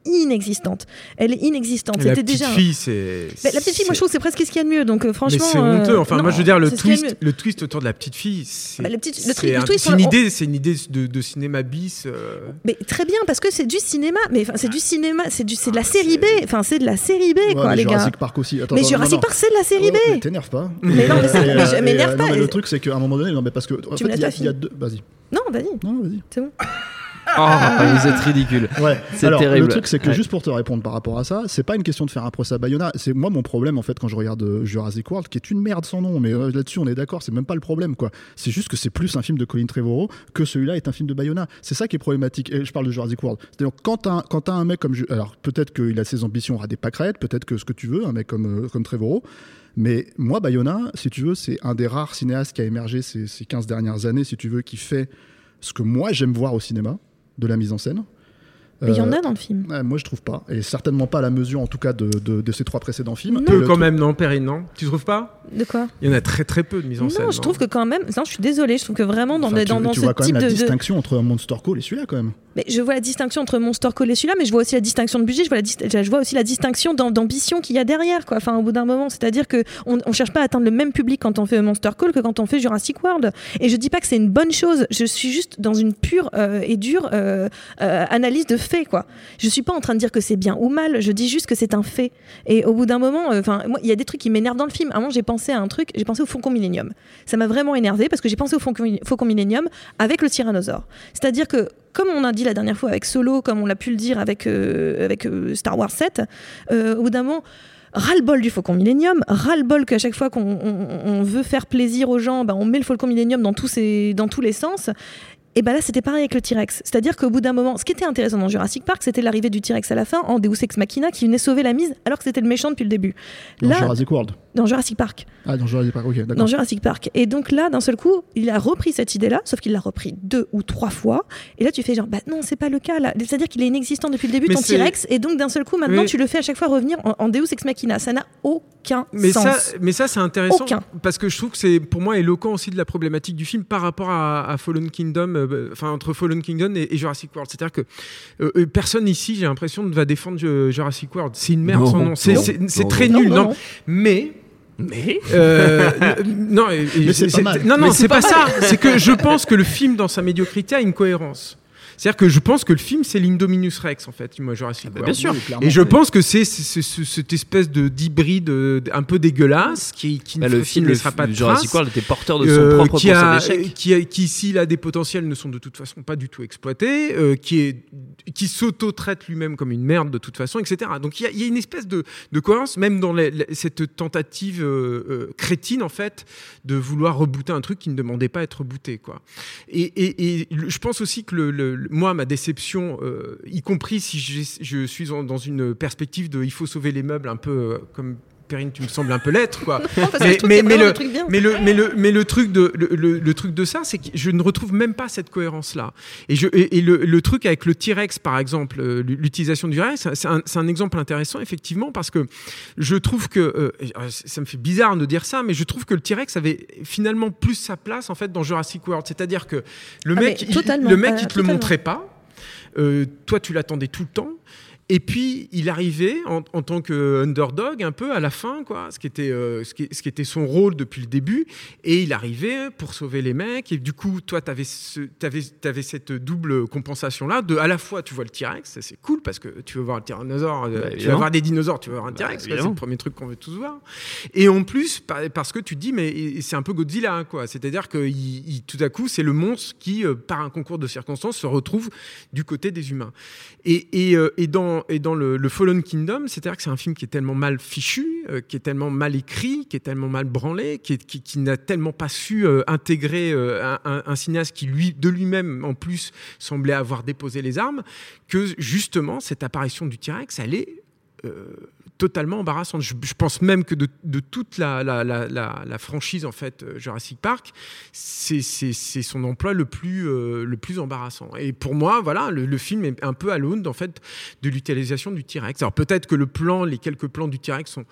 inexistante. Elle est inexistante. La C'était petite déjà fille, c'est. Bah, la petite fille, moi je trouve que c'est presque ce qu'il y a de mieux. Donc euh, franchement. Mais c'est honteux. Enfin, euh, moi non, je veux dire le c'est ce qu'il y a de twist, mieux. le twist autour de la petite fille. C'est, Bah, le petit- le c'est, tri- le un- twist, c'est une on- idée, c'est une idée de, de cinéma bis. Euh... Mais très bien parce que c'est du cinéma. Mais enfin c'est du cinéma, c'est du, c'est de la série B. Enfin c'est de la série B Ouais, quoi mais les Jurassic gars. Park aussi. Attends, Mais attends, Jurassic non, non. Park c'est de la série B. Oh, mais t'énerve pas. Mais non, mais ça- Et, mais je euh, m'énerve et, euh, pas. non, mais le truc, c'est qu'à un moment donné, non, mais parce que en Tu fait, me il y, a- laisses il y a ta deux. Vas-y. Non vas-y. Non, vas-y. C'est bon. Oh, vous êtes ridicule. Ouais. C'est Alors, terrible. le truc, c'est que Ouais. juste pour te répondre par rapport à ça, c'est pas une question de faire un procès à Bayona. C'est moi mon problème en fait quand je regarde euh, Jurassic World, qui est une merde sans nom. Mais euh, là-dessus, on est d'accord, c'est même pas le problème quoi. C'est juste que c'est plus un film de Colin Trevorrow que celui-là est un film de Bayona. C'est ça qui est problématique. Et je parle de Jurassic World. C'est-à-dire quand t'as un, quand t'as un mec comme, Ju- alors peut-être qu'il a ses ambitions à des pâquerettes, peut-être que ce que tu veux, un mec comme euh, comme Trevorrow. Mais moi, Bayona, si tu veux, c'est un des rares cinéastes qui a émergé ces, ces quinze dernières années, si tu veux, qui fait ce que moi j'aime voir au cinéma, de la mise en scène. Mais il y en Euh, a dans le film. Ouais, moi je trouve pas, et certainement pas à la mesure en tout cas de, de, de ces trois précédents films. Non. Et Peu le quand truc- même, non, Perrine, non. Tu trouves pas? De quoi? Il y en a très très peu de mise en Non, scène. je trouve que quand même. Non, je suis désolée. Je trouve que vraiment dans, Enfin, tu, dans, dans tu ce vois quand type même la de, de- distinction entre Monster Call et celui-là quand même. Mais je vois la distinction entre Monster Call et celui-là, mais je vois aussi la distinction de budget, je vois, la dis- je vois aussi la distinction d'am- d'ambition qu'il y a derrière, quoi. Enfin, au bout d'un moment, c'est-à-dire que on, on cherche pas à atteindre le même public quand on fait Monster Call que quand on fait Jurassic World. Et je dis pas que c'est une bonne chose. Je suis juste dans une pure euh, et dure euh, euh, analyse de faits, quoi. Je suis pas en train de dire que c'est bien ou mal. Je dis juste que c'est un fait. Et au bout d'un moment, enfin, moi, il y a des trucs qui m'énervent dans le film. À un moment, j'ai pensé à un truc. J'ai pensé au Faucon Millenium. Ça m'a vraiment énervé parce que j'ai pensé au Faucon, Faucon Millenium avec le tyrannosaure. C'est-à-dire que comme on a dit la dernière fois avec Solo, comme on l'a pu le dire avec, euh, avec euh, Star Wars sept, euh, au bout d'un moment, ras-le-bol du Faucon Millenium, ras-le-bol qu'à chaque fois qu'on on, on veut faire plaisir aux gens, bah, on met le Faucon Millenium dans tous, ces, dans tous les sens. Et ben là, c'était pareil avec le T-Rex. C'est-à-dire qu'au bout d'un moment, ce qui était intéressant dans Jurassic Park, c'était l'arrivée du T-Rex à la fin, en Deus Ex Machina, qui venait sauver la mise, alors que c'était le méchant depuis le début. Dans Là, Jurassic World. dans Jurassic Park. Ah, dans Jurassic Park, ok, d'accord. Dans Jurassic Park. Et donc là, d'un seul coup, il a repris cette idée-là, sauf qu'il l'a repris deux ou trois fois. Et là, tu fais genre, bah non, c'est pas le cas. Là. C'est-à-dire qu'il est inexistant depuis le début, Mais ton c'est- T-Rex. Et donc, d'un seul coup, maintenant, Oui. tu le fais à chaque fois revenir en, en Deus Ex Machina. Ça n'a aucun Mais sens. ça, mais ça, c'est intéressant Aucun. parce que je trouve que c'est pour moi éloquent aussi de la problématique du film par rapport à, à Fallen Kingdom, euh, enfin entre Fallen Kingdom et, et Jurassic World. C'est-à-dire que euh, euh, personne ici, j'ai l'impression, ne va défendre euh, Jurassic World. C'est une merde Non, sans nom. C'est, non, c'est, c'est non, très non, nul, non, non. non. Mais Mais euh, non, et- et Mais c'est pas mal. non, non, Mais c'est, c'est pas, pas ça. C'est que je pense que le film, dans sa médiocrité, a une cohérence. C'est-à-dire que je pense que le film, c'est l'Indominus Rex, en fait, moi, Jurassic bah, World. bien sûr. Oui, clairement. Et je pense que c'est, c'est- c'est- c'est cette espèce de, d'hybride euh, un peu dégueulasse qui, qui bah, ne, le qui film ne le laissera pas de Jurassic traces. World était porteur de son Euh, propre qui, a, procès d'échec. qui, a- qui, s'il a des potentiels, ne sont de toute façon pas du tout exploités, euh, qui, est, qui s'auto-traite lui-même comme une merde de toute façon, et cetera. Donc il y a, il y a une espèce de, de cohérence, même dans les- les- cette tentative euh, euh, crétine, en fait, de vouloir rebooter un truc qui ne demandait pas à être rebooté, quoi. Et, et, et le- je pense aussi que le, le- le- moi, ma déception, euh, y compris si j'ai- je suis en- dans une perspective de il faut sauver les meubles, un peu euh, comme Perrine, tu me sembles un peu l'être, quoi. Non, parce que Mais- je trouve mais- qu'il y a mais vraiment le- des trucs bien. Mais le, mais le, mais le truc de, le, le- le truc de ça, c'est que je ne retrouve même pas cette cohérence-là. Et, je, et, et le, le truc avec le T-Rex, par exemple, euh, l'utilisation du T-Rex, c'est un, c'est un exemple intéressant, effectivement, parce que je trouve que, euh, ça me fait bizarre de dire ça, mais je trouve que le T-Rex avait finalement plus sa place, en fait, dans Jurassic World. C'est-à-dire que le Ah, mec, mais il, totalement, le mec, euh, il te totalement. le montrait pas. Euh, toi, tu l'attendais tout le temps. Et puis, il arrivait en, en tant que underdog, un peu à la fin, quoi, ce qui était, euh, ce qui, ce qui était son rôle depuis le début. Et il arrivait pour sauver les mecs. Et du coup, toi, tu avais ce, t'avais, t'avais cette double compensation-là. De, à la fois, tu vois le T-Rex, ça, c'est cool parce que tu veux voir le tyrannosaure, euh, Bah, tu veux évidemment. voir des dinosaures, tu veux voir un Bah, T-Rex. Quoi, c'est évidemment. le premier truc qu'on veut tous voir. Et en plus, par- parce que tu te dis, mais c'est un peu Godzilla, hein, quoi. C'est-à-dire que il, il- tout à coup, c'est le monstre qui, euh, par un concours de circonstances, se retrouve du côté des humains. Et, et, euh, et dans, et dans le, le Fallen Kingdom, c'est-à-dire que c'est un film qui est tellement mal fichu, euh, qui est tellement mal écrit, qui est tellement mal branlé, qui, est- qui, qui n'a tellement pas su euh, intégrer euh, un, un- un cinéaste qui, lui, de lui-même, en plus, semblait avoir déposé les armes, que justement, cette apparition du T-Rex, elle est euh, totalement embarrassante. Je, je pense même que de, de toute la, la, la, la, la franchise, en fait, euh, Jurassic Park, c'est, c'est, c'est son emploi le plus, euh, le plus embarrassant. Et pour moi, voilà, le, le film est un peu à l'aune, en fait, de l'utilisation du T-Rex. Alors peut-être que le plan, les quelques plans du T-Rex sont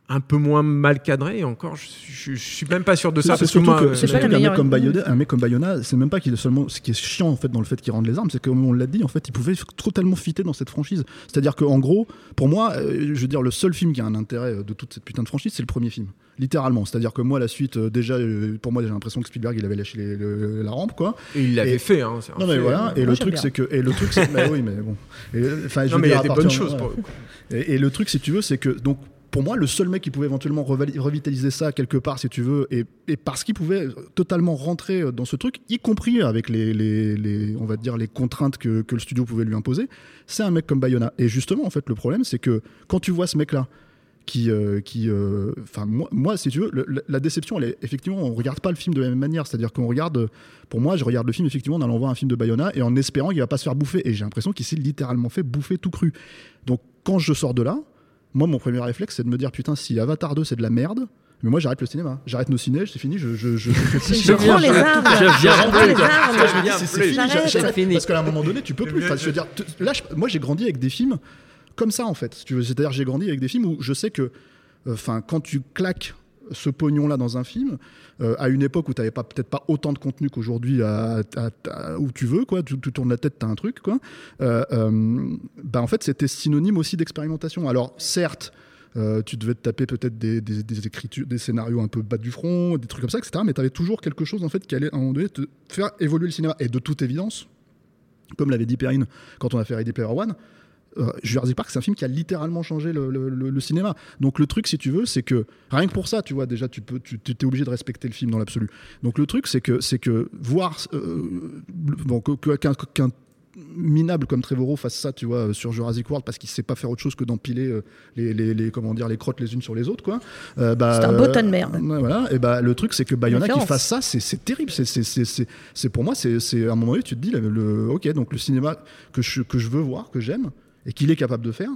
un peu moins mal cadré. Et encore, je, je, je suis même pas sûr de ça. C'est, parce surtout que moi, que, euh, c'est surtout qu'un mec comme Bayona, un mec comme Bayona, c'est même pas qu'il est seulement, ce qui est chiant en fait dans le fait qu'il rende les armes, c'est que comme on l'a dit, en fait, il pouvait totalement fitter dans cette franchise. C'est-à-dire qu'en gros, pour moi, euh, je veux dire, le seul film qui a un intérêt de toute cette putain de franchise, c'est le premier film. Littéralement, c'est-à-dire que moi la suite euh, déjà euh, pour moi j'ai l'impression que Spielberg il avait lâché les, le, la rampe quoi. Et il l'avait et, fait hein. C'est non mais fait, voilà. Et moi, le truc bien. c'est que et le truc c'est mais oui mais bon. Enfin non mais il y a des bonnes choses. Pour... Et, et le truc si tu veux c'est que donc pour moi le seul mec qui pouvait éventuellement revitaliser ça quelque part si tu veux et, et parce qu'il pouvait totalement rentrer dans ce truc y compris avec les, les, les on va dire les contraintes que, que le studio pouvait lui imposer, c'est un mec comme Bayona. Et justement en fait le problème c'est que quand tu vois ce mec là qui euh, qui enfin euh, moi moi si tu veux le, la déception elle est effectivement on regarde pas le film de la même manière, c'est-à-dire qu'on regarde pour moi je regarde le film effectivement en allant voir un film de Bayona et en espérant qu'il va pas se faire bouffer et j'ai l'impression qu'il s'est littéralement fait bouffer tout cru. Donc quand je sors de là, moi mon premier réflexe c'est de me dire putain si Avatar deux c'est de la merde, mais moi j'arrête le cinéma, j'arrête nos ciné, c'est fini, je je je je, je prends les armes, je viens les armes, c'est fini, c'est fini parce qu'à un moment donné tu peux plus, enfin je veux dire là moi j'ai grandi avec des films comme ça en fait, c'est-à-dire j'ai grandi avec des films où je sais que enfin euh, quand tu claques ce pognon là dans un film euh, à une époque où tu n'avais pas peut-être pas autant de contenu qu'aujourd'hui à, à, à, où tu veux quoi, tu, tu tournes la tête, tu as un truc quoi, euh, euh, bah en fait c'était synonyme aussi d'expérimentation. Alors certes euh, tu devais te taper peut-être des, des, des écritures, des scénarios un peu bas du front, des trucs comme ça, et cetera. Mais tu avais toujours quelque chose en fait qui allait à un moment donné te faire évoluer le cinéma. Et de toute évidence, comme l'avait dit Perrine quand on a fait Ready Player One, Euh, Jurassic Park, c'est un film qui a littéralement changé le, le, le, le cinéma. Donc le truc, si tu veux, c'est que rien que pour ça, tu vois, déjà, tu peux, tu es obligé de respecter le film dans l'absolu. Donc le truc, c'est que, c'est que voir euh, bon, qu'un, qu'un minable comme Trevorrow fasse ça, tu vois, sur Jurassic World, parce qu'il sait pas faire autre chose que d'empiler euh, les, les, les, comment dire, les crottes les unes sur les autres, quoi. Euh, bah, c'est un beau tas de merde. Euh, voilà. Et bah le truc, c'est que Bayona qui fasse ça, c'est, c'est terrible. C'est, c'est, c'est, c'est, c'est pour moi, c'est, c'est à un moment donné, tu te dis, le, le, ok, donc le cinéma que je, que je veux voir, que j'aime, et qu'il est capable de faire,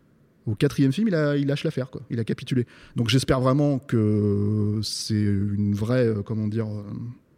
au quatrième film, il, a, il lâche l'affaire, quoi. Il a capitulé. Donc j'espère vraiment que c'est une vraie, euh, comment dire, euh,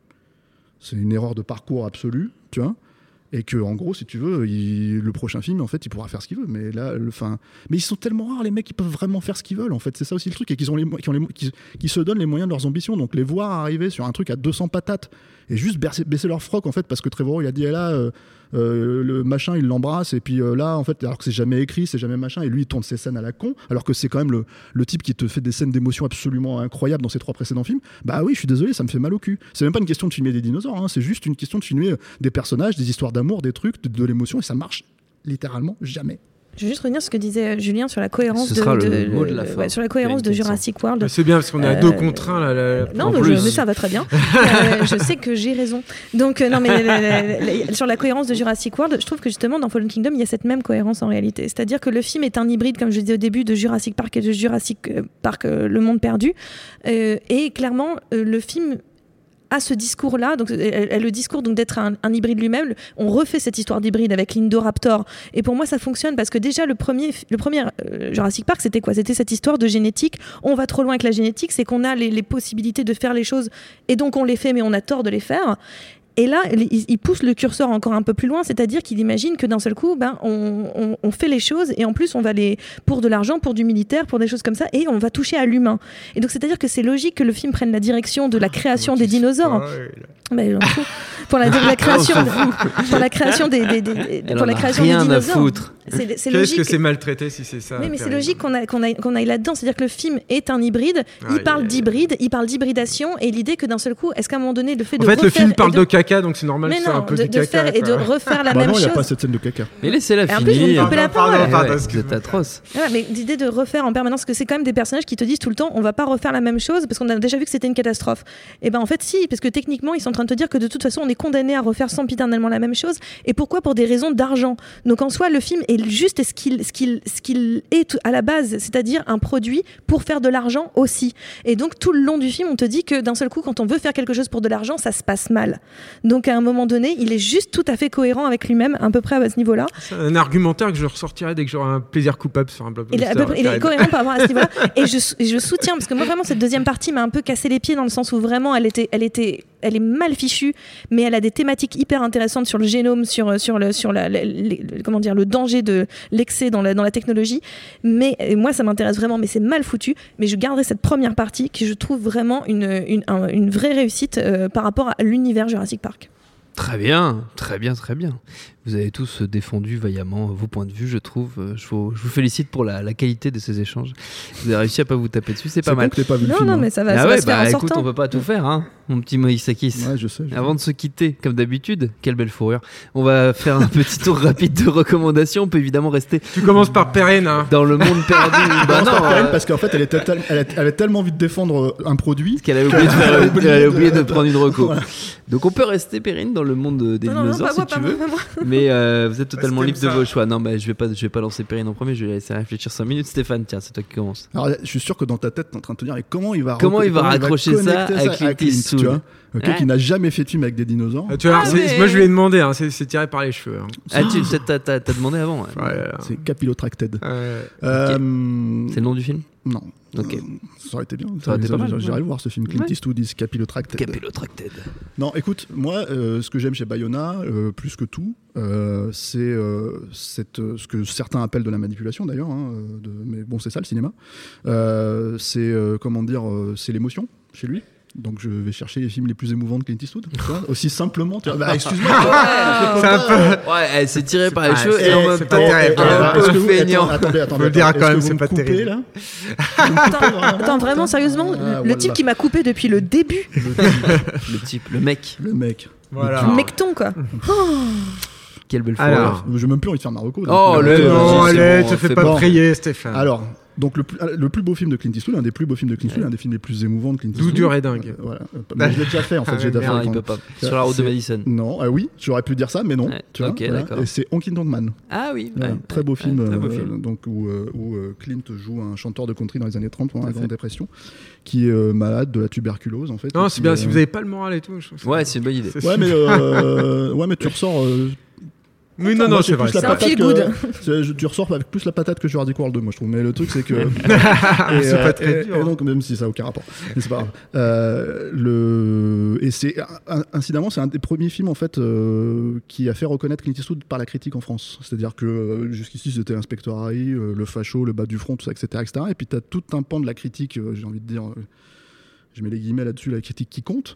c'est une erreur de parcours absolue, tu vois, et que en gros, si tu veux, il, le prochain film, en fait, il pourra faire ce qu'il veut. Mais là, le, fin, mais ils sont tellement rares les mecs qui peuvent vraiment faire ce qu'ils veulent. En fait, c'est ça aussi le truc, et qu'ils ont les, qui, ont les, qui, qui se donnent les moyens de leurs ambitions. Donc les voir arriver sur un truc à deux cents patates et juste baisser, baisser leur froc, en fait, parce que Trevorrow il a dit eh là. Euh, Euh, le machin il l'embrasse et puis euh, là en fait alors que c'est jamais écrit c'est jamais machin et lui il tourne ses scènes à la con alors que c'est quand même le, le type qui te fait des scènes d'émotion absolument incroyables dans ses trois précédents films. Bah oui je suis désolé ça me fait mal au cul, c'est même pas une question de filmer des dinosaures hein, c'est juste une question de filmer des personnages, des histoires d'amour, des trucs, de, de l'émotion et ça marche littéralement jamais. Je vais juste revenir sur ce que disait Julien sur la cohérence ce de, sera de, le mot de de la ouais, sur la cohérence de Jurassic World. Ah, c'est bien parce qu'on est à euh, deux contre un là. là non, mais, je, mais ça va très bien. euh, je sais que j'ai raison. Donc euh, non, mais la, la, la, la, sur la cohérence de Jurassic World, je trouve que justement dans Fallen Kingdom, il y a cette même cohérence en réalité. C'est-à-dire que le film est un hybride, comme je disais au début, de Jurassic Park et de Jurassic Park, euh, Le Monde Perdu. Euh, et clairement, euh, le film à ce discours-là, donc le discours donc d'être un, un hybride lui-même, on refait cette histoire d'hybride avec l'Indoraptor, et pour moi ça fonctionne parce que déjà le premier, le premier euh, Jurassic Park c'était quoi ? C'était cette histoire de génétique, on va trop loin avec la génétique, c'est qu'on a les, les possibilités de faire les choses et donc on les fait mais on a tort de les faire. Et là, il pousse le curseur encore un peu plus loin, c'est-à-dire qu'il imagine que d'un seul coup, ben, on, on, on fait les choses et en plus, on va les pour de l'argent, pour du militaire, pour des choses comme ça, et on va toucher à l'humain. Et donc, c'est-à-dire que c'est logique que le film prenne la direction de la création des dinosaures. Mais j'en fous. Pour la, la création, de, pour la création des, des, des pour la création des dinosaures. C'est, c'est Qu'est-ce logique que c'est maltraité si c'est ça? Oui, mais c'est logique qu'on, a, qu'on, aille, qu'on aille là-dedans. C'est-à-dire que le film est un hybride. Ah, il parle d'hybride, il parle d'hybridation, et l'idée que d'un seul coup, est-ce qu'à un moment donné, le fait de en fait, refaire le film parle de... de caca, donc c'est normal mais que c'est un peu de, du de caca. Faire et de refaire la bah même non, chose. Il n'y a pas cette scène de caca. Mais laissez-la finir. En plus, vous me coupez la parole. Ouais, c'est atroce. Ouais, mais l'idée de refaire en permanence, que c'est quand même des personnages qui te disent tout le temps, on va pas refaire la même chose parce qu'on a déjà vu que c'était une catastrophe. Et ben en fait, si, parce que techniquement, ils sont en train de te dire que de toute façon, on est condamné à refaire sempiternellement la même chose. Et pourquoi ? Pour des raisons d'argent. Donc en soi, le film est juste ce qu'il, ce qu'il, ce qu'il est à la base, c'est-à-dire un produit pour faire de l'argent aussi. Et donc tout le long du film, on te dit que d'un seul coup, quand on veut faire quelque chose pour de l'argent, ça se passe mal. Donc à un moment donné, il est juste tout à fait cohérent avec lui-même, à peu près à ce niveau-là. C'est un argumentaire que je ressortirai dès que j'aurai un plaisir coupable sur un blockbuster. Il est, il est cohérent par rapport à ce niveau-là. Et je, je soutiens, parce que moi vraiment, cette deuxième partie m'a un peu cassé les pieds dans le sens où vraiment, elle était, elle était elle est mal fichue, mais elle a des thématiques hyper intéressantes sur le génome, sur, sur, le, sur la, la, la, comment dire, le danger de l'excès dans la, dans la technologie. Mais moi, ça m'intéresse vraiment, mais c'est mal foutu. Mais je garderai cette première partie qui, je trouve vraiment une, une, un, une vraie réussite euh, par rapport à l'univers Jurassic Park. Très bien, très bien, très bien. Vous avez tous défendu vaillamment vos points de vue, je trouve. Je vous, je vous félicite pour la, la qualité de ces échanges. Vous avez réussi à pas vous taper dessus, c'est pas c'est mal. Bon que t'aies pas vu Non, le film, non, hein. mais ça va, Ah ça ouais, va se faire bah en écoute, sortant. on peut pas tout faire, hein, mon petit Moïsakis. Ouais, je sais. je Avant de se quitter, comme d'habitude, quelle belle fourrure. On va faire un petit tour rapide de recommandations. On peut évidemment rester Tu commences par Perrine, hein. dans le monde perdu. bah non, Perrine, euh, parce qu'en fait, elle, était tel- elle, a- elle avait tellement envie de défendre un produit. qu'elle avait oublié de, faire, Elle a oublié elle avait de- oublié de prendre une reco. Voilà. Donc on peut rester, Perrine, dans le monde des Non, non, non, dinosaures pas si moi, tu pas veux. moi, pas moi. Mais euh, vous êtes totalement Parce libre que de ça- vos choix. Non, bah, je vais pas, je vais pas lancer Perrine en premier. Je vais laisser réfléchir cinq minutes. Stéphane, tiens, c'est toi qui commence. Alors, je suis sûr que dans ta tête, t'es en train de te dire, et comment il va Comment il va raccrocher ça connecter à Clint tu Eastwood. vois Ok, Ouais. qui n'a jamais fait de film avec des dinosaures. Ah, tu vois, Ah, c'est- mais- moi je lui ai demandé, hein, c'est, c'est tiré par les cheveux. Hein. Ah, tu t'as, t'as, t'as demandé avant. Ouais. Ouais, là. C'est Capillotracted. Euh, Euh, C'est le nom du film. Non. Ok. Euh, ça aurait été bien. Ça aurait été pas mal, J'irais ouais. le voir ce film. Clint Ouais. Eastwood is Capillotracted. Capillotracted. Non, écoute, moi, euh, ce que j'aime chez Bayona, euh, plus que tout, euh, c'est euh, cette, euh, ce que certains appellent de la manipulation d'ailleurs, hein, euh, de- mais bon, c'est ça le cinéma. Euh, c'est, euh, comment dire, euh, c'est l'émotion chez lui. Donc je vais chercher les films les plus émouvants de Clint Eastwood. Tu vois, aussi simplement. Tu vois. Bah, excuse-moi. c'est un peu. Ouais, elle s'est tirée par les Ouais, cheveux c'est- et en même c'est temps, pas terrible. un Euh, peu est-ce que vous- feignant. attends, attendez, attendez, Faut le dire attendez, quand est-ce même, que c'est vous me pas coupez, terrible. là Attends, attends, vraiment, sérieusement, Ah, le voilà. type qui m'a coupé depuis le début, Le type, le mec. Le mec. Voilà. le mecton, quoi. Quelle belle Alors. fourrure. J'ai même plus envie de faire ma reco. donc, Oh, euh, le- euh, Non, c'est allez, bon, te fais c'est pas bon. prier, Stéphane. Alors, donc le plus, le plus beau film de Clint Eastwood, un des plus beaux films de Clint Eastwood, un des films les plus émouvants de Clint Eastwood. Doux, dur et dingue. Euh, voilà. Mais je l'ai déjà fait en fait. Ah, j'ai déjà merde, fait Non, il quand- peut pas. Sur la route de C'est- Madison. Non, ah oui, j'aurais pu dire ça, mais non. Ouais, Tu vois, ok, voilà. d'accord. Et c'est Honky Tonk Man. Ah oui. Voilà, ouais, très ouais, beau ouais, film, très beau euh, film. donc où, euh, où euh, Clint joue un chanteur de country dans les années trente pendant la Tout à Grande fait. Dépression, qui est euh, malade de la tuberculose en fait. Non, et c'est qui, bien, euh, si vous avez pas le moral et tout. je trouve ça- Ouais, c'est une bonne idée. c'est Ouais, sûr. mais euh, ouais, mais tu ressors. euh, Oui, non, moi, non, j'ai c'est vrai. plus la C'est un patate feel que- good. c'est- je- Tu ressors avec plus la patate que Jurassic World deux, moi je trouve. Mais le truc c'est que Ah, et, c'est euh, pas très et- dur. et hein. donc même si ça n'a aucun rapport, mais c'est pas grave. Euh, le et c'est un- incidemment c'est un des premiers films en fait euh, qui a fait reconnaître Clint Eastwood par la critique en France. C'est-à-dire que euh, jusqu'ici c'était Inspector Harry, euh, le facho, le bas du front, tout ça, et cetera, et cetera. Et puis t'as tout un pan de la critique, euh, j'ai envie de dire. euh, je mets les guillemets là-dessus, la critique qui compte,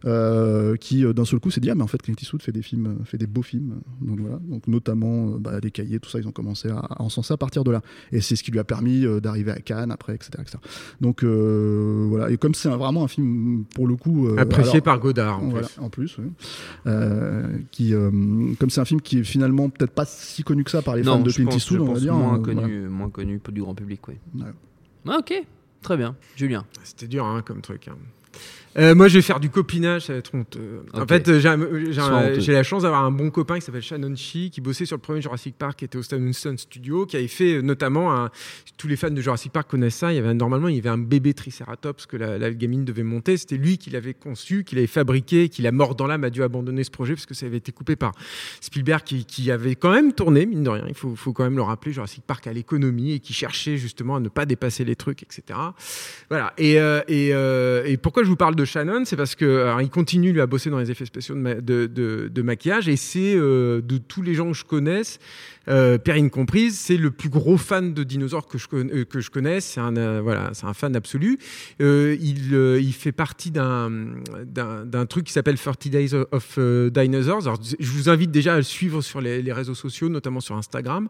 euh, qui euh, d'un seul coup s'est dit ah mais en fait Clint Eastwood fait des films, euh, fait des beaux films, donc voilà, donc notamment euh, bah, des cahiers, tout ça, ils ont commencé à, à encenser à partir de là, et c'est ce qui lui a permis euh, d'arriver à Cannes après, et cetera, et cetera. Donc euh, voilà, et comme c'est un- vraiment un film pour le coup euh, Apprécié alors, par Godard, en voilà, plus. en plus, oui. Euh, qui euh, comme c'est un film qui est finalement peut-être pas si connu que ça par les Non, fans de je Clint pense, Eastwood, je on va pense dire, moins euh, connu, voilà. moins connu pour du grand public, oui. Ouais. Ah, ok, très bien. Julien. C'était dur hein, comme truc. hein. Euh, moi, je vais faire du copinage, ça va être honteux. En Ok. fait, euh, j'ai, un- j'ai, un- Sois honteux. j'ai la chance d'avoir un bon copain qui s'appelle Shannon Shee, qui bossait sur le premier Jurassic Park, qui était au Stone Studio, qui avait fait euh, notamment, un, tous les fans de Jurassic Park connaissent ça, il y avait, normalement, il y avait un bébé Triceratops que la, la gamine devait monter. C'était lui qui l'avait conçu, qui l'avait fabriqué, qui l'a mort dans l'âme, a dû abandonner ce projet parce que ça avait été coupé par Spielberg, qui, qui avait quand même tourné, mine de rien, il faut, faut quand même le rappeler, Jurassic Park à l'économie et qui cherchait justement à ne pas dépasser les trucs, et cetera. Voilà. Et, euh, et, euh, et pourquoi je vous parle de Shannon, c'est parce que alors, il continue lui à bosser dans les effets spéciaux de, ma- de, de, de maquillage et c'est euh, de tous les gens que je connaisse, euh, Perrine comprise, c'est le plus gros fan de dinosaures que je, con- euh, que je connaisse. C'est un euh, voilà, c'est un fan absolu. Euh, il, euh, il fait partie d'un, d'un, d'un truc qui s'appelle thirty Days of euh, Dinosaurs. Alors, je vous invite déjà à le suivre sur les, les réseaux sociaux, notamment sur Instagram.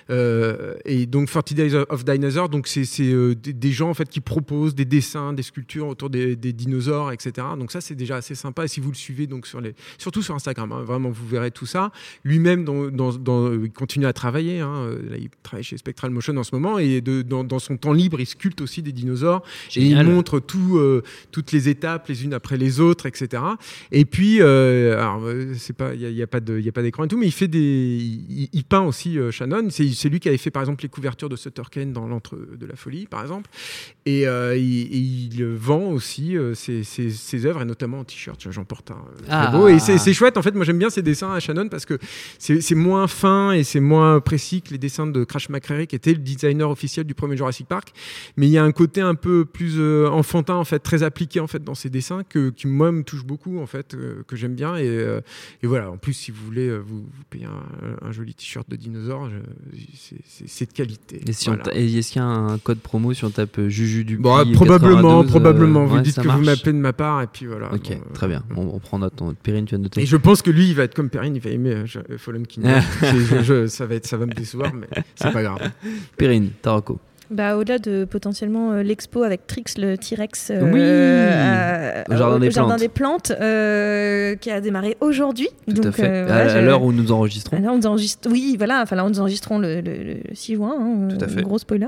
Euh, et donc thirty Days of Dinosaurs, donc c'est, c'est euh, des, des gens en fait qui proposent des dessins, des sculptures autour des, des dinosaures, et cetera. Donc ça c'est déjà assez sympa. Et si vous le suivez donc sur les, surtout sur Instagram, hein, vraiment vous verrez tout ça. Lui-même dans, dans, dans, il continue à travailler. Hein, là, il travaille chez Spectral Motion en ce moment et de, dans, dans son temps libre il sculpte aussi des dinosaures. Génial. Et il montre tout, euh, toutes les étapes les unes après les autres, et cetera. Et puis euh, alors euh, c'est pas, il y a, y a pas de, il y a pas d'écran et tout, mais il fait des, il, il peint aussi euh, Shannon. C'est, c'est lui qui avait fait par exemple les couvertures de Sutter Kane dans l'Antre de la folie par exemple. Et euh, il, il vend aussi euh, euh, ses, ses, ses œuvres et notamment en t-shirt. J'en porte un euh, ah. très beau et c'est, c'est chouette. En fait, moi j'aime bien ces dessins à Shannon parce que c'est, c'est moins fin et c'est moins précis que les dessins de Crash McCreary qui était le designer officiel du premier Jurassic Park. Mais il y a un côté un peu plus euh, enfantin en fait, très appliqué en fait dans ces dessins que qui moi me touche beaucoup en fait, euh, que j'aime bien et, euh, et voilà. En plus, si vous voulez euh, vous, vous payer un, un joli t-shirt de dinosaure, je, c'est, c'est, c'est de qualité. Et, si voilà. ta- et est-ce qu'il y a un code promo si on tape Juju Dupuis Bon, probablement, quatre-vingt-douze, probablement. Vous ouais, dites ça que marche. vous m'appelez de ma part et puis voilà. Ok, bon, très bien. On, on prend note. Perrine, tu as noté. Et je pense que lui, il va être comme Perrine, il va aimer euh, Fallen Kingdom. je, je, je, ça va être, ça va me décevoir, mais c'est pas grave. Perrine, Tarako. Bah, au-delà de potentiellement euh, l'expo avec Trix le T-Rex euh, oui euh, au Jardin, au, des, au Jardin plantes. des Plantes euh, qui a démarré aujourd'hui. Tout donc, à fait. Euh, à, voilà, à je... l'heure où nous enregistrons. À l'heure où nous enregistrons. Oui, voilà. Enfin, là, nous enregistrons le, le, le six juin. Hein, Tout à fait. Gros spoiler.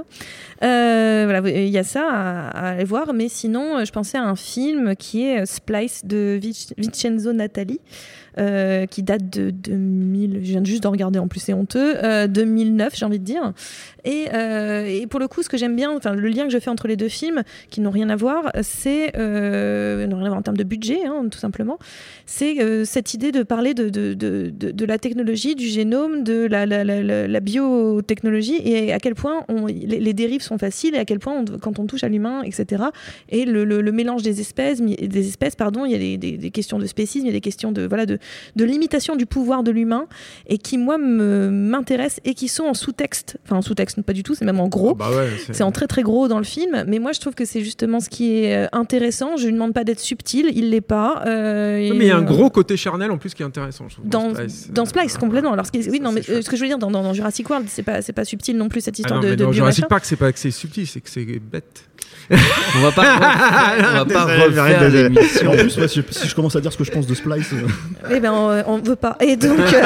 Euh, voilà, il y a ça à, à aller voir. Mais sinon, je pensais à un film qui est Splice de Vic- Vincenzo Natali. Euh, qui date de deux mille, je viens juste de regarder en plus, c'est honteux, euh, deux mille neuf j'ai envie de dire. Et, euh, et pour le coup, ce que j'aime bien, enfin le lien que je fais entre les deux films, qui n'ont rien à voir, c'est, euh, n'ont rien à voir en termes de budget, hein, tout simplement, c'est euh, cette idée de parler de, de, de, de, de la technologie, du génome, de la, la, la, la, la biotechnologie, et à quel point on, les, les dérives sont faciles, et à quel point, on, quand on touche à l'humain, et cetera, et le, le, le mélange des espèces, des espèces, pardon, il y a des, des, des questions de spécisme, il y a des questions de, voilà, de de limitation du pouvoir de l'humain et qui moi me, m'intéressent et qui sont en sous-texte, enfin en sous-texte pas du tout, c'est même en gros, oh bah ouais, c'est... c'est en très très gros dans le film, mais moi je trouve que c'est justement ce qui est intéressant. Je lui demande pas d'être subtil, il l'est pas. Euh, oui, mais il y a un gros côté charnel en plus qui est intéressant, je trouve. Dans, dans Splice, dans Splice, euh, complètement. Alors, ce qui, ça, oui, non, mais chouette. ce que je veux dire dans, dans, dans Jurassic World, c'est pas c'est pas subtil non plus cette histoire ah non, de, mais de dans Jurassic biomachin. Park, c'est pas que c'est subtil, c'est que c'est bête. On va pas, on va pas refaire l'émission. En plus, ouais, si, je, si je commence à dire ce que je pense de Splice. Euh... Eh ben, on, on veut pas. Et donc. Euh...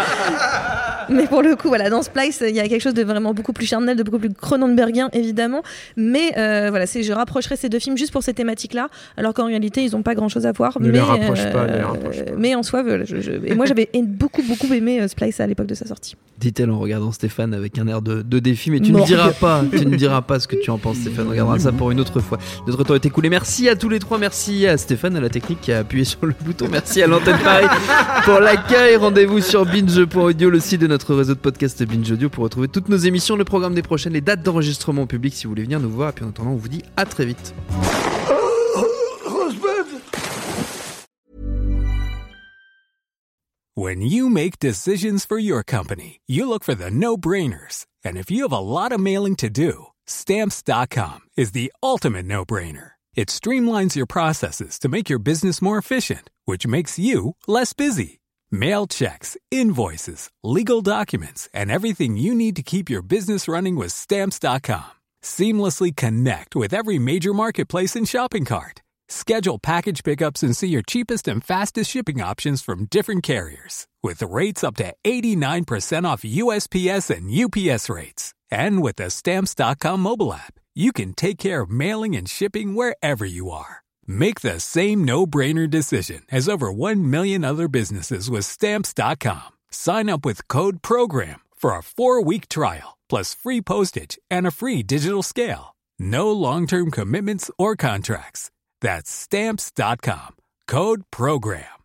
Mais pour le coup, voilà, dans Splice, il y a quelque chose de vraiment beaucoup plus charnel, de beaucoup plus cronenbergien, évidemment. Mais euh, voilà, c'est, je rapprocherai ces deux films juste pour ces thématiques-là, alors qu'en réalité, ils n'ont pas grand-chose à voir. Ne mais, les rapproche euh, pas, ne les rapproche pas. Mais en soi, voilà, je, je... et moi, j'avais beaucoup, beaucoup aimé euh, Splice à l'époque de sa sortie. Dit-elle en regardant Stéphane avec un air de, de défi, mais tu Morgue. ne diras pas, tu ne diras pas ce que tu en penses, Stéphane. On regardera ça pour une autre fois. Notre temps est écoulé. Merci à tous les trois. Merci à Stéphane à la technique qui a appuyé sur le bouton. Merci à l'antenne Paris pour l'accueil. Rendez-vous sur binge point audio, le site de notre réseau de podcast Binge Audio, pour retrouver toutes nos émissions, le programme des prochaines, les dates d'enregistrement public si vous voulez venir nous voir. Et puis en attendant, on vous dit à très vite. When you make decisions for your company, you look for the no-brainers. And if you have a lot of mailing to do, Stamps dot com is the ultimate no-brainer. It streamlines your processes to make your business more efficient, which makes you less busy. Mail checks, invoices, legal documents, and everything you need to keep your business running with Stamps dot com. Seamlessly connect with every major marketplace and shopping cart. Schedule package pickups and see your cheapest and fastest shipping options from different carriers. With rates up to eighty-nine percent off U S P S and U P S rates. And with the Stamps dot com mobile app, you can take care of mailing and shipping wherever you are. Make the same no-brainer decision as over one million other businesses with Stamps dot com. Sign up with code PROGRAM for a four-week trial, plus free postage and a free digital scale. No long-term commitments or contracts. That's Stamps dot com. Code PROGRAM.